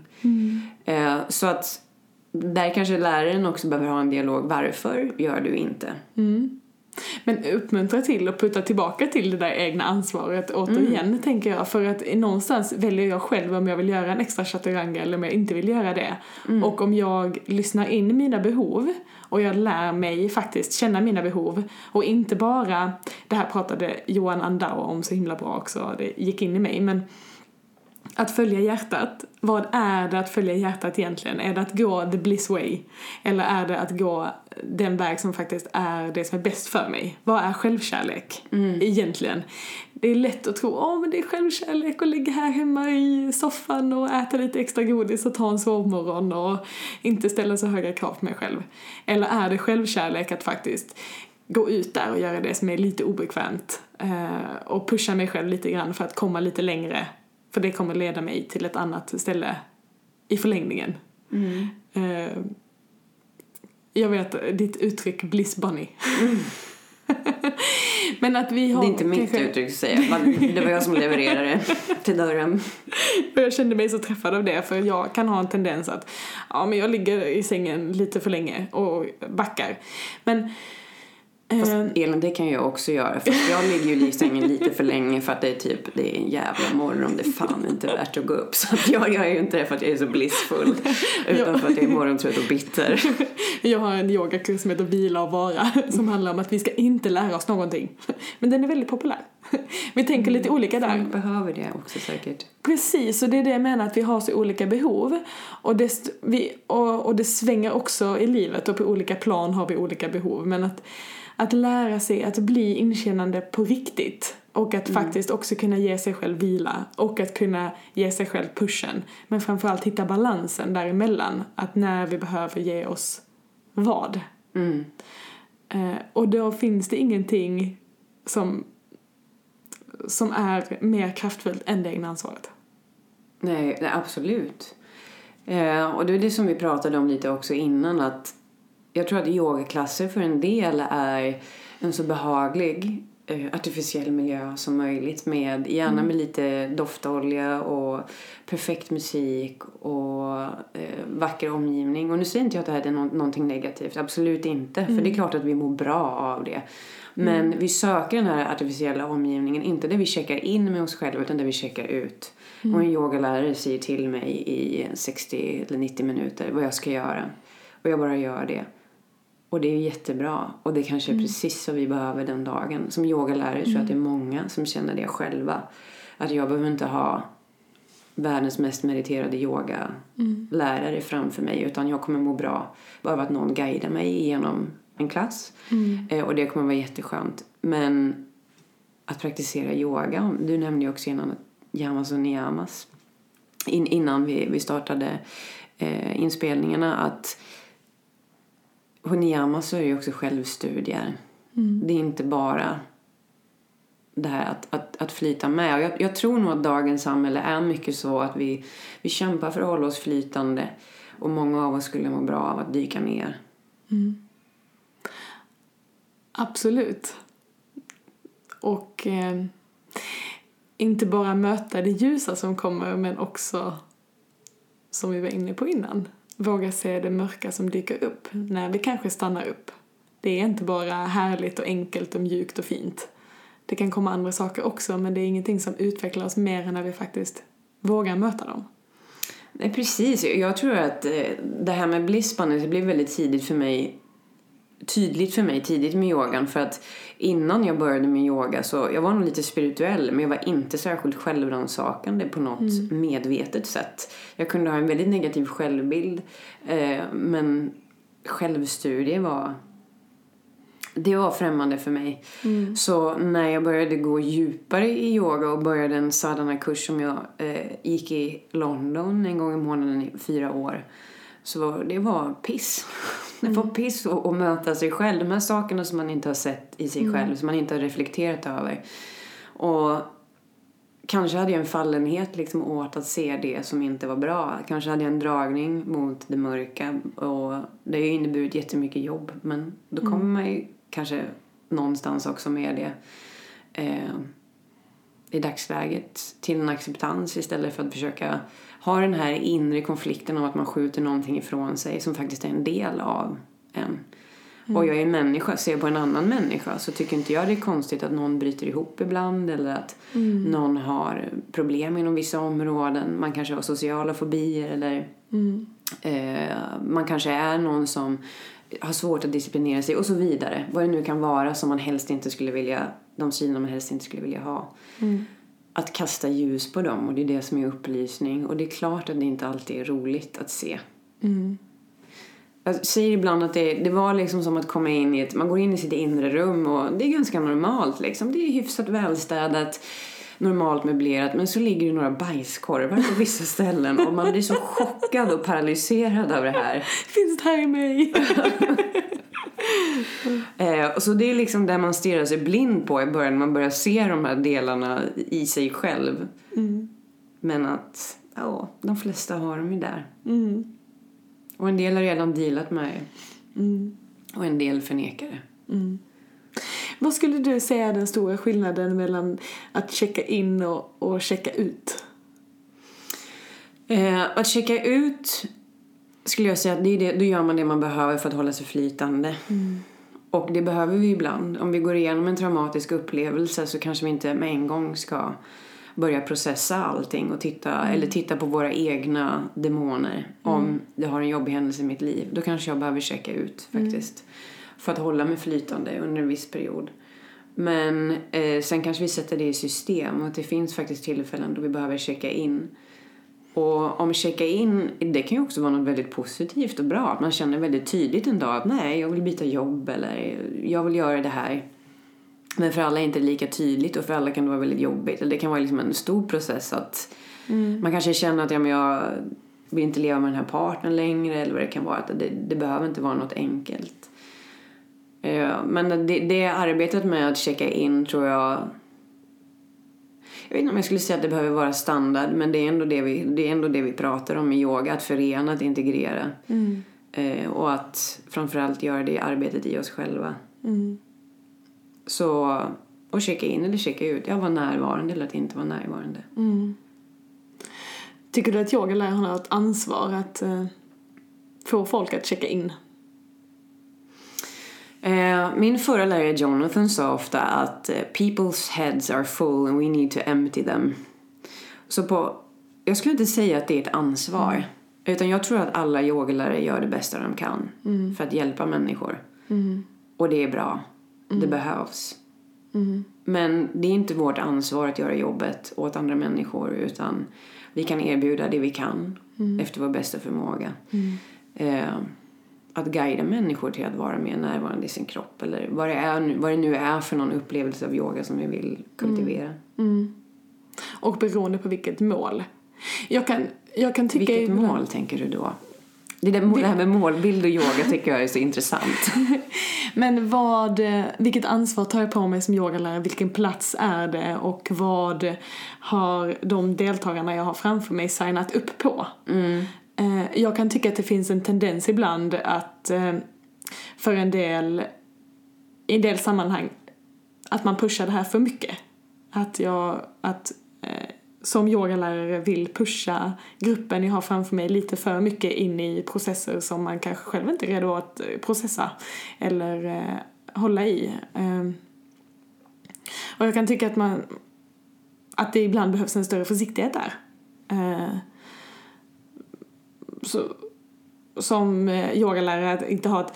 Så att där kanske läraren också behöver ha en dialog, varför gör du inte? Men uppmuntra till och putta tillbaka till det där egna ansvaret återigen, tänker jag. För att någonstans väljer jag själv om jag vill göra en extra chaturanga eller om jag inte vill göra det. Och om jag lyssnar in mina behov och jag lär mig faktiskt känna mina behov och inte bara, det här pratade Johan Andau om så himla bra också, det gick in i mig, men att följa hjärtat, vad är det att följa hjärtat egentligen? Är det att gå the bliss way? Eller är det att gå den väg som faktiskt är det som är bäst för mig? Vad är självkärlek egentligen? Det är lätt att tro, men det är självkärlek att ligga här hemma i soffan och äta lite extra godis och ta en sovmorgon och inte ställa så höga krav på mig själv. Eller är det självkärlek att faktiskt gå ut där och göra det som är lite obekvämt och pusha mig själv lite grann för att komma lite längre? För det kommer leda mig till ett annat ställe i förlängningen. Jag vet ditt uttryck bliss bunny. Men att vi har... Det är inte mitt uttryck att säga. Det var jag som levererade till dörren. Och jag kände mig så träffad av det. För jag kan ha en tendens att men jag ligger i sängen lite för länge och backar. Men... Fast Elin, det kan jag också göra. För jag ligger ju i sängen lite för länge för att det är en jävla morgon. Det är fan inte värt att gå upp. Så att jag gör ju inte det för att jag är så blissfull. Utan för att jag är morgontrött och bitter. Jag har en yogakurs som heter Vila och vara. Som handlar om att vi ska inte lära oss någonting. Men den är väldigt populär. Vi tänker lite olika där. Folk behöver det också säkert. Precis, och det är det jag menar, att vi har så olika behov. Och det svänger också i livet. Och på olika plan har vi olika behov. Men att lära sig att bli inkännande på riktigt Och att faktiskt också kunna ge sig själv vila. Och att kunna ge sig själv pushen. Men framförallt hitta balansen däremellan. Att när vi behöver ge oss vad. Och då finns det ingenting som är mer kraftfullt än det egna ansvaret. Nej, absolut. Och det är det som vi pratade om lite också innan. Att jag tror att yogaklasser för en del är en så behaglig artificiell miljö som möjligt. Gärna med lite doftolja och perfekt musik och vacker omgivning. Och nu säger inte jag att det här är någonting negativt. Absolut inte. För det är klart att vi mår bra av det. Men vi söker den här artificiella omgivningen. Inte där vi checkar in med oss själva utan där vi checkar ut. Och en yogalärare säger till mig i 60 eller 90 minuter vad jag ska göra. Och jag bara gör det. Och det är jättebra. Och det kanske är precis vad vi behöver den dagen. Som yogalärare tror jag att det är många som känner det själva. Att jag behöver inte ha världens mest mediterade yogalärare framför mig. Utan jag kommer må bra bara av att någon guidar mig genom en klass. Och det kommer vara jätteskönt. Men att praktisera yoga. Du nämnde ju också innan yamas och niyamas. Innan vi startade inspelningarna. Att på niyamas så är det ju också självstudier. Det är inte bara det här att flyta med. Och jag tror nog att dagens samhälle är mycket så att vi kämpar för att hålla oss flytande. Och många av oss skulle må bra av att dyka ner. Absolut. Och inte bara möta det ljusa som kommer, men också, som vi var inne på innan, våga se det mörka som dyker upp när vi kanske stannar upp. Det är inte bara härligt och enkelt och mjukt och fint. Det kan komma andra saker också, men det är ingenting som utvecklar oss mer än när vi faktiskt vågar möta dem. Nej, precis. Jag tror att det här med blissbandet, det blev väldigt tydligt för mig tidigt med yogan. För att innan jag började med yoga så jag var nog lite spirituell, men jag var inte särskilt självrannsakande på något medvetet sätt. Jag kunde ha en väldigt negativ självbild, men självstudie var främmande för mig. Så när jag började gå djupare i yoga och började en sadhana-kurs som jag gick i London en gång i månaden i 4 år, så det var piss. Det var piss att möta sig själv. De här sakerna som man inte har sett i sig själv, som man inte har reflekterat över. Och kanske hade jag en fallenhet liksom åt att se det som inte var bra. Kanske hade jag en dragning mot det mörka. Och det har ju inneburit jättemycket jobb. Men då kommer man ju kanske någonstans också med det i dagsläget till en acceptans istället för att försöka ha den här inre konflikten om att man skjuter någonting ifrån sig som faktiskt är en del av en. Och jag är en människa, ser på en annan människa, så tycker inte jag det är konstigt att någon bryter ihop ibland eller att någon har problem inom vissa områden. Man kanske har sociala fobier eller man kanske är någon som har svårt att disciplinera sig och så vidare. Vad det nu kan vara som man helst inte skulle vilja, de sidorna man helst inte skulle vilja ha. Att kasta ljus på dem, och det är det som är upplysning. Och det är klart att det inte alltid är roligt att se. Jag säger ibland att det var liksom som att komma in i man går in i sitt inre rum och det är ganska normalt liksom. Det är hyfsat välstädat, normalt möblerat, men så ligger det några bajskorvar på vissa ställen och man blir så chockad och paralyserad av det här. Finns det här i mig? Och så det är liksom där man stirrar sig blind på i början. Man börjar se de här delarna i sig själv. Men att de flesta har dem ju där. Och en del har redan dealat med det. Och en del förnekar det. Vad skulle du säga är den stora skillnaden mellan att checka in och checka ut? Att checka ut skulle jag säga att då gör man det man behöver för att hålla sig flytande. Och det behöver vi ibland. Om vi går igenom en traumatisk upplevelse så kanske vi inte med en gång ska börja processa allting och titta på våra egna demoner. Om det har en jobbig händelse i mitt liv, då kanske jag behöver checka ut faktiskt. För att hålla mig flytande under en viss period. Men sen kanske vi sätter det i system. Och att det finns faktiskt tillfällen då vi behöver checka in. Och om checka in, det kan ju också vara något väldigt positivt och bra. Att man känner väldigt tydligt en dag att nej, jag vill byta jobb eller jag vill göra det här. Men för alla är inte lika tydligt och för alla kan det vara väldigt jobbigt. Eller det kan vara liksom en stor process att man kanske känner att jag vill inte leva med den här partnern längre eller vad det kan vara. Att det behöver inte vara något enkelt. Men det arbetet med att checka in tror jag vet inte om jag skulle säga att det behöver vara standard, men det är ändå det vi pratar om i yoga, att förena, att integrera. Och att framförallt göra det arbetet i oss själva. Så att checka in eller checka ut, jag var närvarande eller att inte vara närvarande. Tycker du att yogalärarna har ett ansvar att få folk att checka in? Min förra lärare Jonathan sa ofta att people's heads are full and we need to empty them. Så jag skulle inte säga att det är ett ansvar. Utan jag tror att alla yogalärare gör det bästa de kan för att hjälpa människor. Och det är bra. Det behövs. Men det är inte vårt ansvar att göra jobbet åt andra människor, utan vi kan erbjuda det vi kan efter vår bästa förmåga. Att guida människor till att vara mer närvarande i sin kropp, eller vad det nu är för någon upplevelse av yoga som vi vill kultivera. Och beroende på vilket mål. Jag kan tycka vilket mål tänker du då? Det här med målbild och yoga tycker jag är så intressant. Men vilket ansvar tar jag på mig som yogalärare? Vilken plats är det? Och vad har de deltagarna jag har framför mig signat upp på? Jag kan tycka att det finns en tendens ibland att för i en del sammanhang att man pushar det här för mycket. Att som yogalärare vill pusha gruppen jag har framför mig lite för mycket in i processer som man kanske själv inte är redo att processa eller hålla i. Och jag kan tycka att det ibland behövs en större försiktighet där. Så, som yogalärare att inte ha ett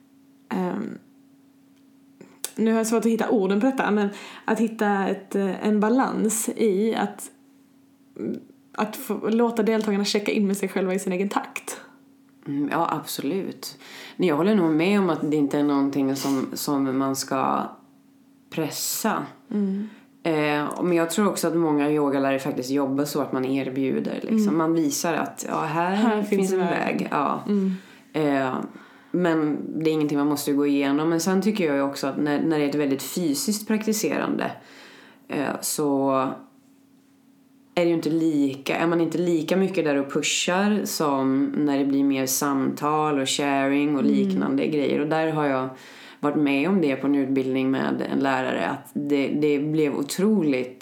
nu har jag svårt att hitta orden på detta, men att hitta en balans i att låta deltagarna checka in med sig själva i sin egen takt. Ja, absolut. Jag håller nog med om att det inte är någonting som man ska pressa. Men jag tror också att många yogalärare faktiskt jobbar så att man erbjuder. Liksom. Man visar att här finns en väg. Ja. Men det är ingenting man måste gå igenom. Men sen tycker jag också att när det är ett väldigt fysiskt praktiserande så är det ju är man inte lika mycket där och pushar som när det blir mer samtal och sharing och liknande grejer. Och där har jag varit med om det på en utbildning med en lärare, att det blev otroligt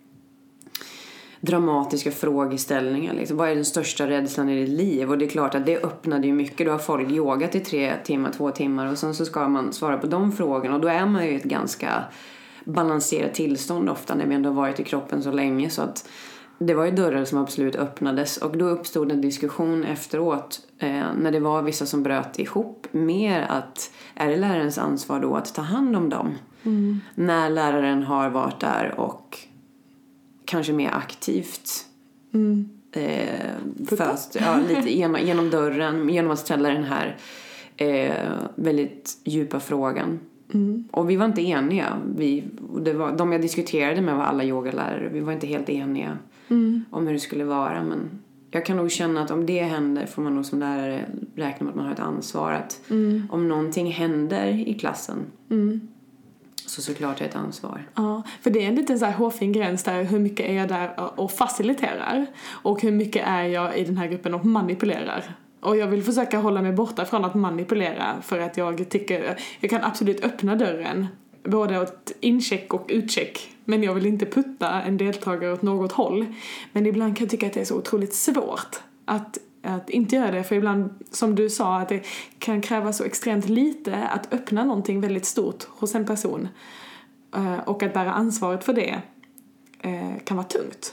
dramatiska frågeställningar. Liksom. Vad är den största rädslan i ditt liv? Och det är klart att det öppnade ju mycket. Då har folk yogat i 2 timmar och sen så ska man svara på de frågorna. Och då är man ju i ett ganska balanserat tillstånd ofta när vi ändå har varit i kroppen så länge. Så att det var ju dörrar som absolut öppnades. Och då uppstod en diskussion efteråt när det var vissa som bröt ihop mer att är det lärarens ansvar då att ta hand om dem? När läraren har varit där och kanske mer aktivt lite genom dörren, genom att ställa den här väldigt djupa frågan. Och vi var inte eniga. De jag diskuterade med var alla yogalärare. Vi var inte helt eniga om hur det skulle vara, men jag kan nog känna att om det händer får man nog som lärare räkna med att man har ett ansvar att om någonting händer i klassen så såklart är ett ansvar. Ja, för det är en liten så här hårfin gräns där. Hur mycket är jag där och faciliterar? Och hur mycket är jag i den här gruppen och manipulerar? Och jag vill försöka hålla mig borta från att manipulera. För att jag tycker jag kan absolut öppna dörren. Både åt incheck och utcheck. Men jag vill inte putta en deltagare åt något håll. Men ibland kan jag tycka att det är så otroligt svårt att inte göra det. För ibland, som du sa, att det kan kräva så extremt lite att öppna någonting väldigt stort hos en person. Och att bära ansvaret för det kan vara tungt.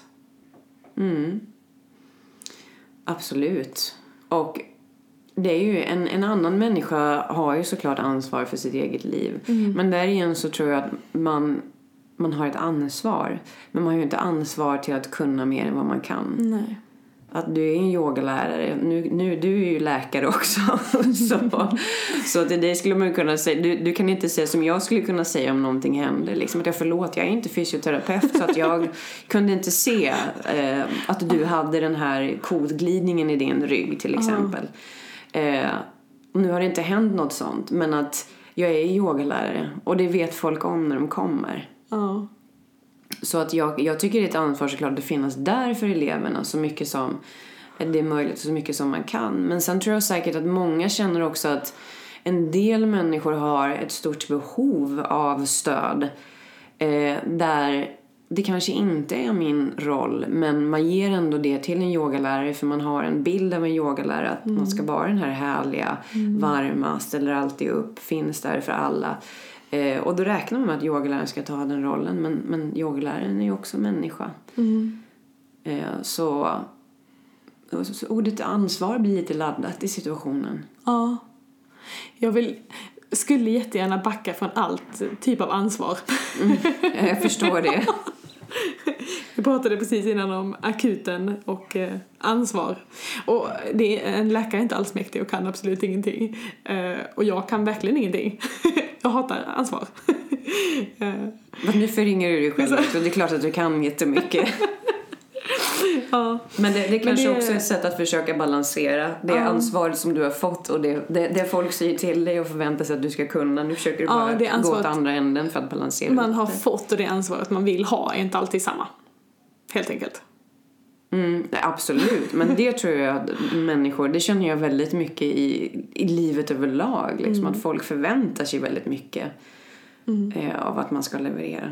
Absolut. Och det är ju en annan människa har ju såklart ansvar för sitt eget liv. Men där igen så tror jag att man har ett ansvar. Men man har ju inte ansvar till att kunna mer än vad man kan. Nej. att du är en yogalärare. Nu du är ju läkare också. så till dig skulle man kunna säga, du kan inte säga som jag skulle kunna säga om någonting händer. Liksom att jag är inte fysioterapeut, så att jag kunde inte se att du hade den här kodglidningen i din rygg till exempel. Nu har det inte hänt något sånt, men att jag är yogalärare och det vet folk om när de kommer. Så att jag tycker det är ett ansvar såklart att finnas där för eleverna så mycket som det är möjligt, så mycket som man kan. Men sen tror jag säkert att många känner också att en del människor har ett stort behov av stöd där det kanske inte är min roll, men man ger ändå det till en yogalärare för man har en bild av en yogalärare att man ska vara den här härliga, varma, ställer alltid upp, finns där för alla. Och då räknar man med att yogaläraren ska ta den rollen, men yogaläraren är ju också människa. Så ordet ansvar blir lite laddat i situationen. Ja. Jag skulle jättegärna backa från allt typ av ansvar. Jag förstår det. Vi pratade precis innan om akuten och ansvar. Och en läkare är inte alls mäktig och kan absolut ingenting. Och jag kan verkligen ingenting. Jag hatar ansvar. Men nu förringar du dig själv också. Det är klart att du kan jättemycket. Ja. Men det kanske också är ett sätt att försöka balansera det ansvaret som du har fått och det folk säger till dig och förväntar sig att du ska kunna. Nu försöker du bara gå åt andra änden för att balansera man har fått, och det ansvaret man vill ha är inte alltid samma. Helt enkelt. Absolut, men det tror jag att människor, det känner jag väldigt mycket i livet överlag. Liksom, att folk förväntar sig väldigt mycket av att man ska leverera.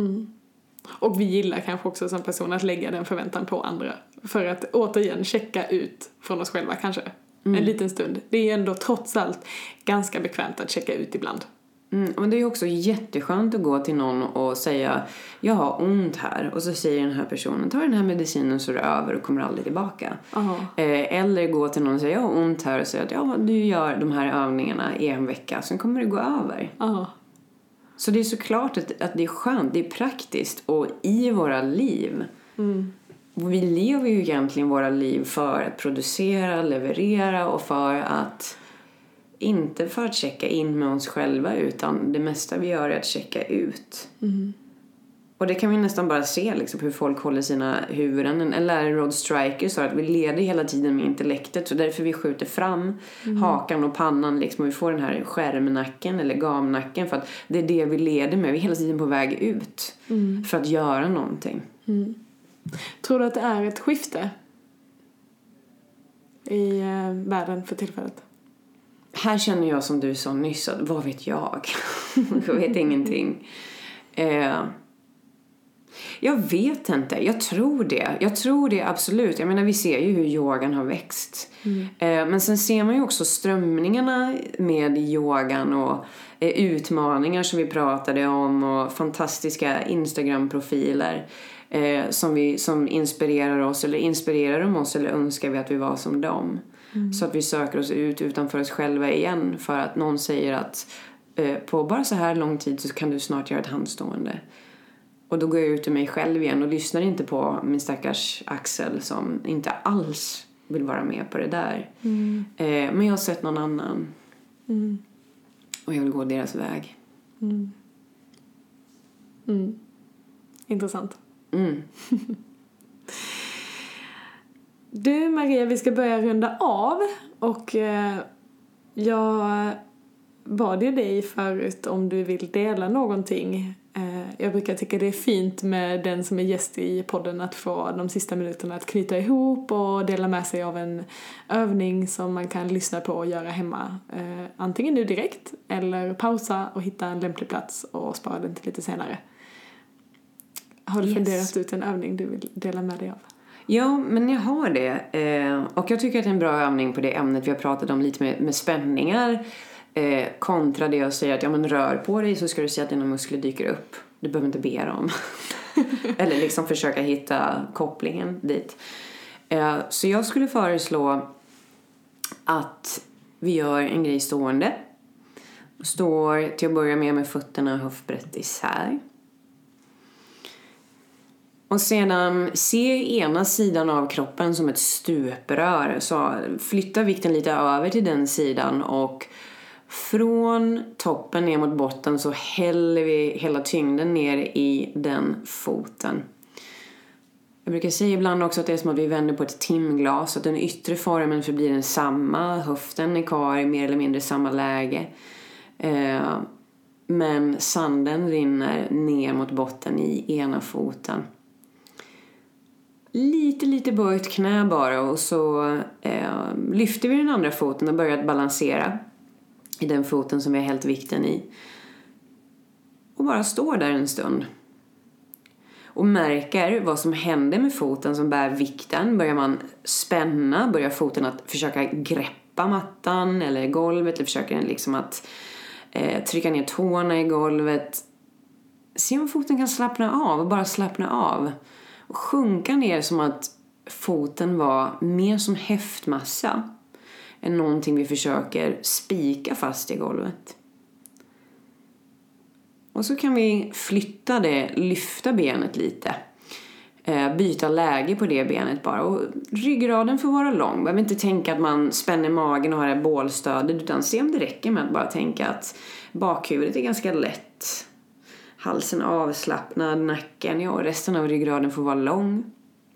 Och vi gillar kanske också som person att lägga den förväntan på andra. För att återigen checka ut från oss själva kanske. En liten stund. Det är ändå trots allt ganska bekvämt att checka ut ibland. Men det är ju också jätteskönt att gå till någon och säga jag har ont här. Och så säger den här personen ta den här medicinen så är det över och kommer aldrig tillbaka. Eller gå till någon och säga jag har ont här och säga att du gör de här övningarna i en vecka. Sen kommer det gå över. Så det är såklart att det är skönt, det är praktiskt och i våra liv. Vi lever ju egentligen våra liv för att producera, leverera och för att inte för att checka in med oss själva utan det mesta vi gör är att checka ut. Och det kan vi nästan bara se liksom, hur folk håller sina huvuden. En lärare Rod Stryker sa att vi leder hela tiden med intellektet så därför vi skjuter fram hakan och pannan liksom, och vi får den här skärmnacken eller gamnacken för att det är det vi leder med. Vi är hela tiden på väg ut för att göra någonting. Tror du att det är ett skifte i världen för tillfället? Här känner jag som du sa nyss att vad vet jag? Jag vet ingenting. Jag vet inte. Jag tror det absolut. Jag menar vi ser ju hur yogan har växt. Men sen ser man ju också strömningarna med yogan och utmaningar som vi pratade om och fantastiska Instagram-profiler som inspirerar oss eller önskar vi att vi var som dem. Så att vi söker oss ut utanför oss själva igen för att någon säger att på bara så här lång tid så kan du snart göra ett handstående. Och då går jag ut ur mig själv igen och lyssnar inte på min stackars Axel som inte alls vill vara med på det där. Men jag har sett någon annan. Och jag vill gå deras väg. Intressant. Du Maria, vi ska börja runda av. Och jag bad ju dig förut om du vill dela någonting. Jag brukar tycka det är fint med den som är gäst i podden att få de sista minuterna att knyta ihop och dela med sig av en övning som man kan lyssna på och göra hemma. Antingen nu direkt eller pausa och hitta en lämplig plats och spara den till lite senare. Har du funderat ut en övning du vill dela med dig av? Ja, men jag har det. Och jag tycker att det är en bra övning på det ämnet vi har pratat om lite med spänningar. Kontra det jag säger att men rör på dig så ska du se att dina muskler dyker upp. Du behöver inte be dem. Eller liksom försöka hitta kopplingen dit. Så jag skulle föreslå att vi gör en grej stående. Står till att börja med fötterna höftbrett isär. Och sedan se ena sidan av kroppen som ett stuprör, så flytta vikten lite över till den sidan och från toppen ner mot botten så häller vi hela tyngden ner i den foten. Jag brukar säga ibland också att det är som att vi vänder på ett timglas, att den yttre formen förblir densamma, höften är kvar i mer eller mindre samma läge. Men sanden rinner ner mot botten i ena foten. Lite böjt knä bara, och så lyfter vi den andra foten och börjar balansera i den foten som vi har hällt vikten i. Och bara står där en stund. Och märker vad som händer med foten som bär vikten. Börjar man spänna, börjar foten att försöka greppa mattan eller golvet, eller försöker den liksom att trycka ner tårna i golvet. Se om foten kan slappna av och bara slappna av. Och sjunka ner som att foten var mer som häftmassa än någonting vi försöker spika fast i golvet. Och så kan vi flytta det, lyfta benet lite. Byta läge på det benet bara. Och ryggraden får vara lång. Behöver inte tänka att man spänner magen och har ett bålstöd. Utan se om det räcker med att bara tänka att bakhuvudet är ganska lätt. Halsen avslappnad, nacken, och resten av ryggraden får vara lång.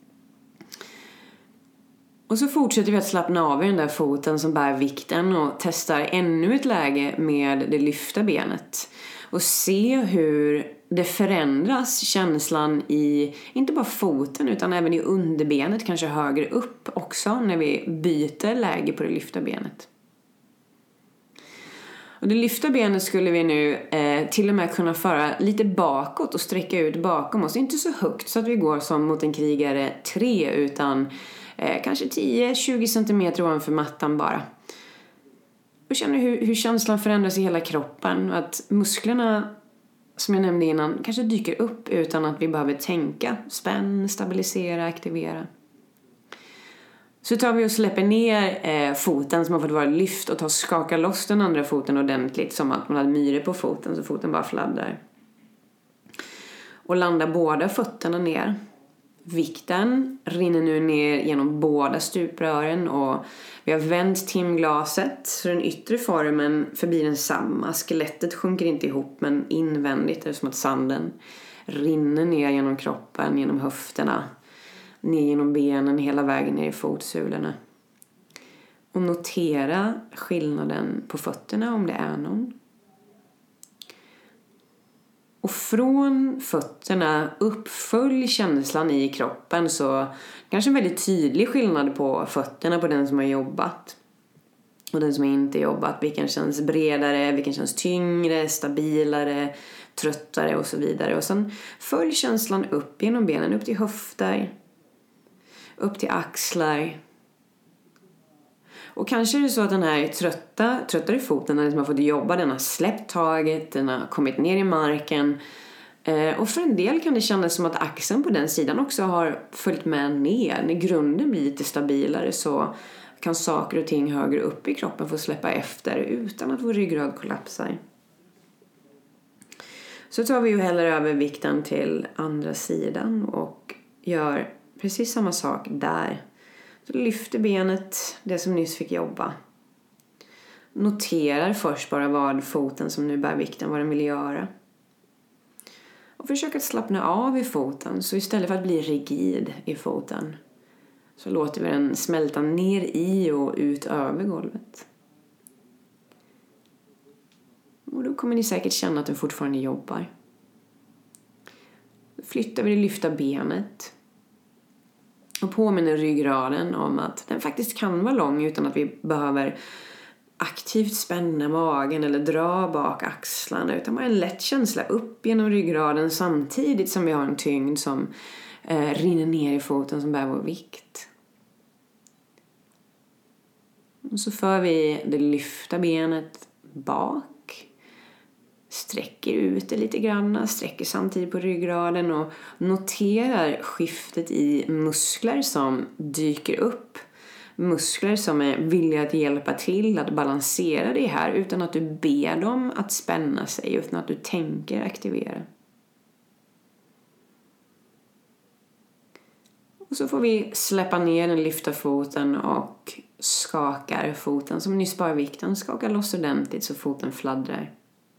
Och så fortsätter vi att slappna av i den där foten som bär vikten och testar ännu ett läge med det lyfta benet. Och se hur det förändras, känslan i inte bara foten utan även i underbenet, kanske högre upp också när vi byter läge på det lyfta benet. Och det lyfta benet skulle vi nu till och med kunna föra lite bakåt och sträcka ut bakom oss. Inte så högt så att vi går som mot en krigare 3 utan kanske 10-20 cm ovanför mattan bara. Och känner hur känslan förändras i hela kroppen. Att musklerna, som jag nämnde innan, kanske dyker upp utan att vi behöver tänka. Spänn, stabilisera, aktivera. Så tar vi och släpper ner foten som har fått vara lyft och skakar loss den andra foten ordentligt, som att man hade myre på foten så foten bara fladdrar. Och landar båda fötterna ner. Vikten rinner nu ner genom båda stuprören och vi har vänt timglaset så den yttre formen förblir densamma. Skelettet sjunker inte ihop, men invändigt är det som att sanden rinner ner genom kroppen, genom höfterna, ner genom benen, hela vägen ner i fotsulorna. Och notera skillnaden på fötterna om det är någon. Och från fötterna uppfölj känslan i kroppen, så kanske en väldigt tydlig skillnad på fötterna på den som har jobbat och den som inte jobbat. Vilken känns bredare, vilken känns tyngre, stabilare, tröttare och så vidare. Och sen följ känslan upp genom benen, upp till höfter, upp till axlar. Och kanske är det så att den här tröttare foten, den som har fått jobba, den har släppt taget, den har kommit ner i marken. Och för en del kan det kännas som att axeln på den sidan också har följt med ner. När grunden blir lite stabilare så kan saker och ting högre upp i kroppen få släppa efter utan att vår ryggrad kollapsar. Så tar vi ju heller över vikten till andra sidan och gör precis samma sak där. Så lyfter benet, det som nyss fick jobba. Noterar först bara vad foten som nu bär vikten, vad den vill göra. Och försök att slappna av i foten, så istället för att bli rigid i foten så låter vi den smälta ner i och ut över golvet. Och då kommer ni säkert känna att den fortfarande jobbar. Då flyttar vi det lyfta benet. Och påminner ryggraden om att den faktiskt kan vara lång utan att vi behöver aktivt spänna magen eller dra bak axlarna. Utan bara en lätt känsla upp genom ryggraden samtidigt som vi har en tyngd som rinner ner i foten som bär vår vikt. Och så för vi det lyfta benet bak. Sträcker ut det lite grann, sträcker samtidigt på ryggraden och noterar skiftet i muskler som dyker upp. Muskler som är villiga att hjälpa till att balansera det här utan att du ber dem att spänna sig, utan att du tänker aktivera. Och så får vi släppa ner den, lyfta foten och skakar foten. Som nyss bara vikten. Skakar loss ordentligt så foten fladdrar.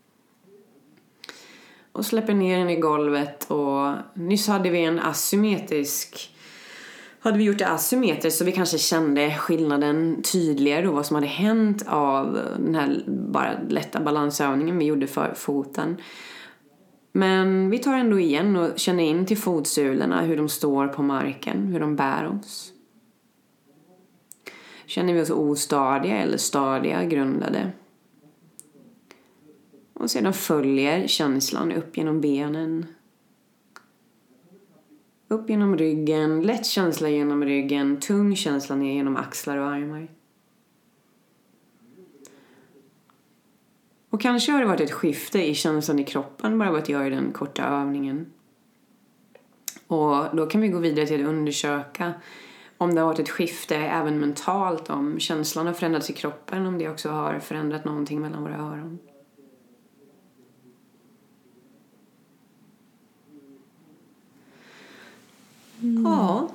Och släpper ner den i golvet. Och nyss hade vi en asymmetrisk... Hade vi gjort det asymmetriskt så vi kanske kände skillnaden tydligare då, vad som hade hänt av den här bara lätta balansövningen vi gjorde för foten. Men vi tar ändå igen och känner in till fotsulorna, hur de står på marken, hur de bär oss. Känner vi oss ostadiga eller stadiga, grundade. Och sedan följer känslan upp genom benen. Upp genom ryggen, lätt känsla genom ryggen, tung känsla ner genom axlar och armar. Och kanske har det varit ett skifte i känslan i kroppen bara att göra den korta övningen. Och då kan vi gå vidare till att undersöka om det har varit ett skifte även mentalt, om känslan har förändrats i kroppen, om det också har förändrat någonting mellan våra öron. Ja.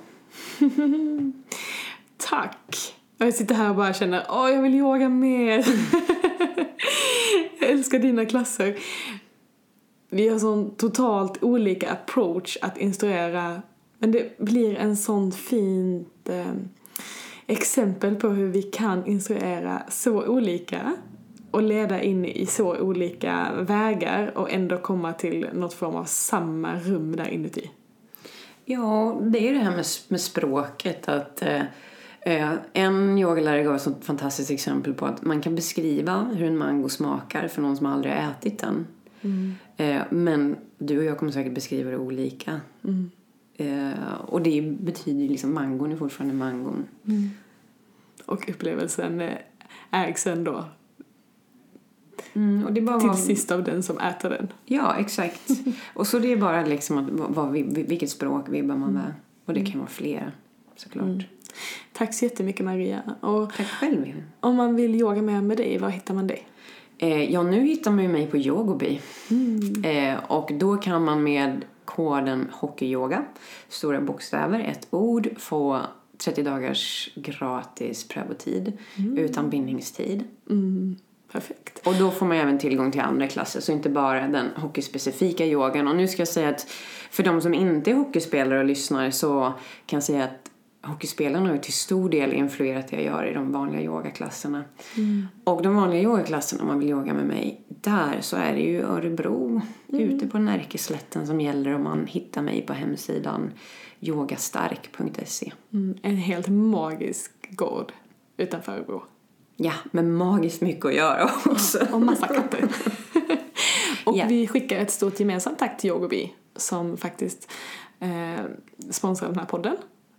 Tack. Jag sitter här och bara känner, jag vill yoga mer. Jag älskar dina klasser. Vi har sån totalt olika approach att instruera. Men det blir en sån fint exempel på hur vi kan instruera så olika. Och leda in i så olika vägar. Och ändå komma till något form av samma rum där inuti. Ja, det är det här med språket. Att en yogalärare gav ett sånt fantastiskt exempel på att man kan beskriva hur en mango smakar för någon som aldrig har ätit den. Men du och jag kommer säkert beskriva det olika. Och det betyder liksom mangon är fortfarande mangon. Och upplevelsen ägs ändå och det är bara till sist av den som äter den. Ja, exakt. Och så det är bara liksom att vilket språk vibbar man med. Och det kan vara flera, såklart. Tack så jättemycket, Maria. Och tack själv. Om man vill yoga med dig, var hittar man dig? Ja, nu hittar man ju mig på Yogobi. Och då kan man med koden hockeyyoga, stora bokstäver, ett ord, få 30 dagars gratis prövotid utan bindningstid. Perfekt. Och då får man även tillgång till andra klasser, så inte bara den hockeyspecifika yogan. Och nu ska jag säga att för de som inte är hockeyspelare och lyssnar, så kan jag säga att hockeyspelarna har till stor del influerat det jag gör i de vanliga yogaklasserna. Och de vanliga yogaklasserna, om man vill yoga med mig, där så är det ju Örebro, ute på Närkeslätten, som gäller, om man hittar mig på hemsidan yogastark.se. En helt magisk gård utanför Örebro. Ja, med magiskt mycket att göra också. Och massa katter. Och vi skickar ett stort gemensamt tack till Yogobi, som faktiskt sponsrar den här podden.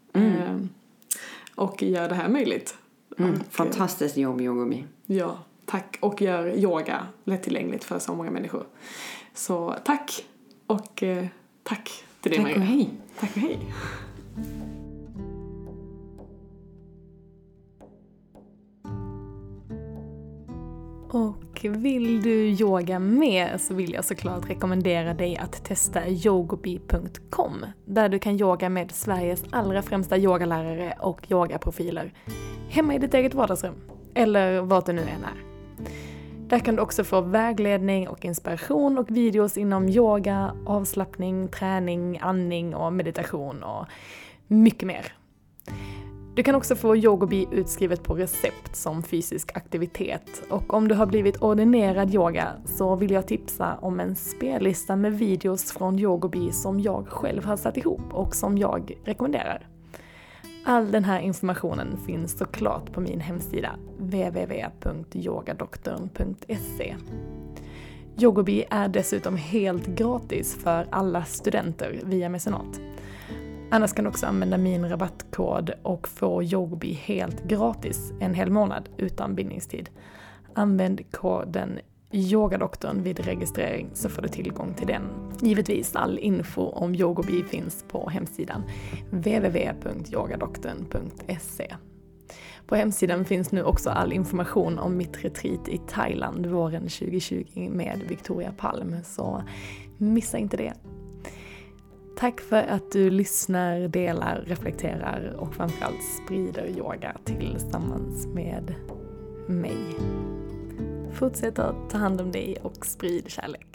Och gör det här möjligt. Fantastiskt jobb, Yogobi. Ja, tack. Och gör yoga lättillgängligt för så många människor. Så tack. Och tack till dig, Maria. Tack och hej. Tack och hej. Och vill du yoga mer, så vill jag såklart rekommendera dig att testa yogobi.com, där du kan yoga med Sveriges allra främsta yogalärare och yogaprofiler hemma i ditt eget vardagsrum, eller vad det nu än är. Där kan du också få vägledning och inspiration och videos inom yoga, avslappning, träning, andning och meditation och mycket mer. Du kan också få Yogobi utskrivet på recept som fysisk aktivitet. Och om du har blivit ordinerad yoga, så vill jag tipsa om en spellista med videos från Yogobi som jag själv har satt ihop och som jag rekommenderar. All den här informationen finns såklart på min hemsida www.yogadoktorn.se. Yogobi är dessutom helt gratis för alla studenter via mecenat. Annars kan du också använda min rabattkod och få Yogobi helt gratis en hel månad utan bindningstid. Använd koden yogadoktorn vid registrering, så får du tillgång till den. Givetvis all info om Yogobi finns på hemsidan www.yogadoktorn.se. På hemsidan finns nu också all information om mitt retreat i Thailand våren 2020 med Victoria Palm, så missa inte det. Tack för att du lyssnar, delar, reflekterar och framförallt sprider yoga tillsammans med mig. Fortsätt att ta hand om dig och sprid kärlek.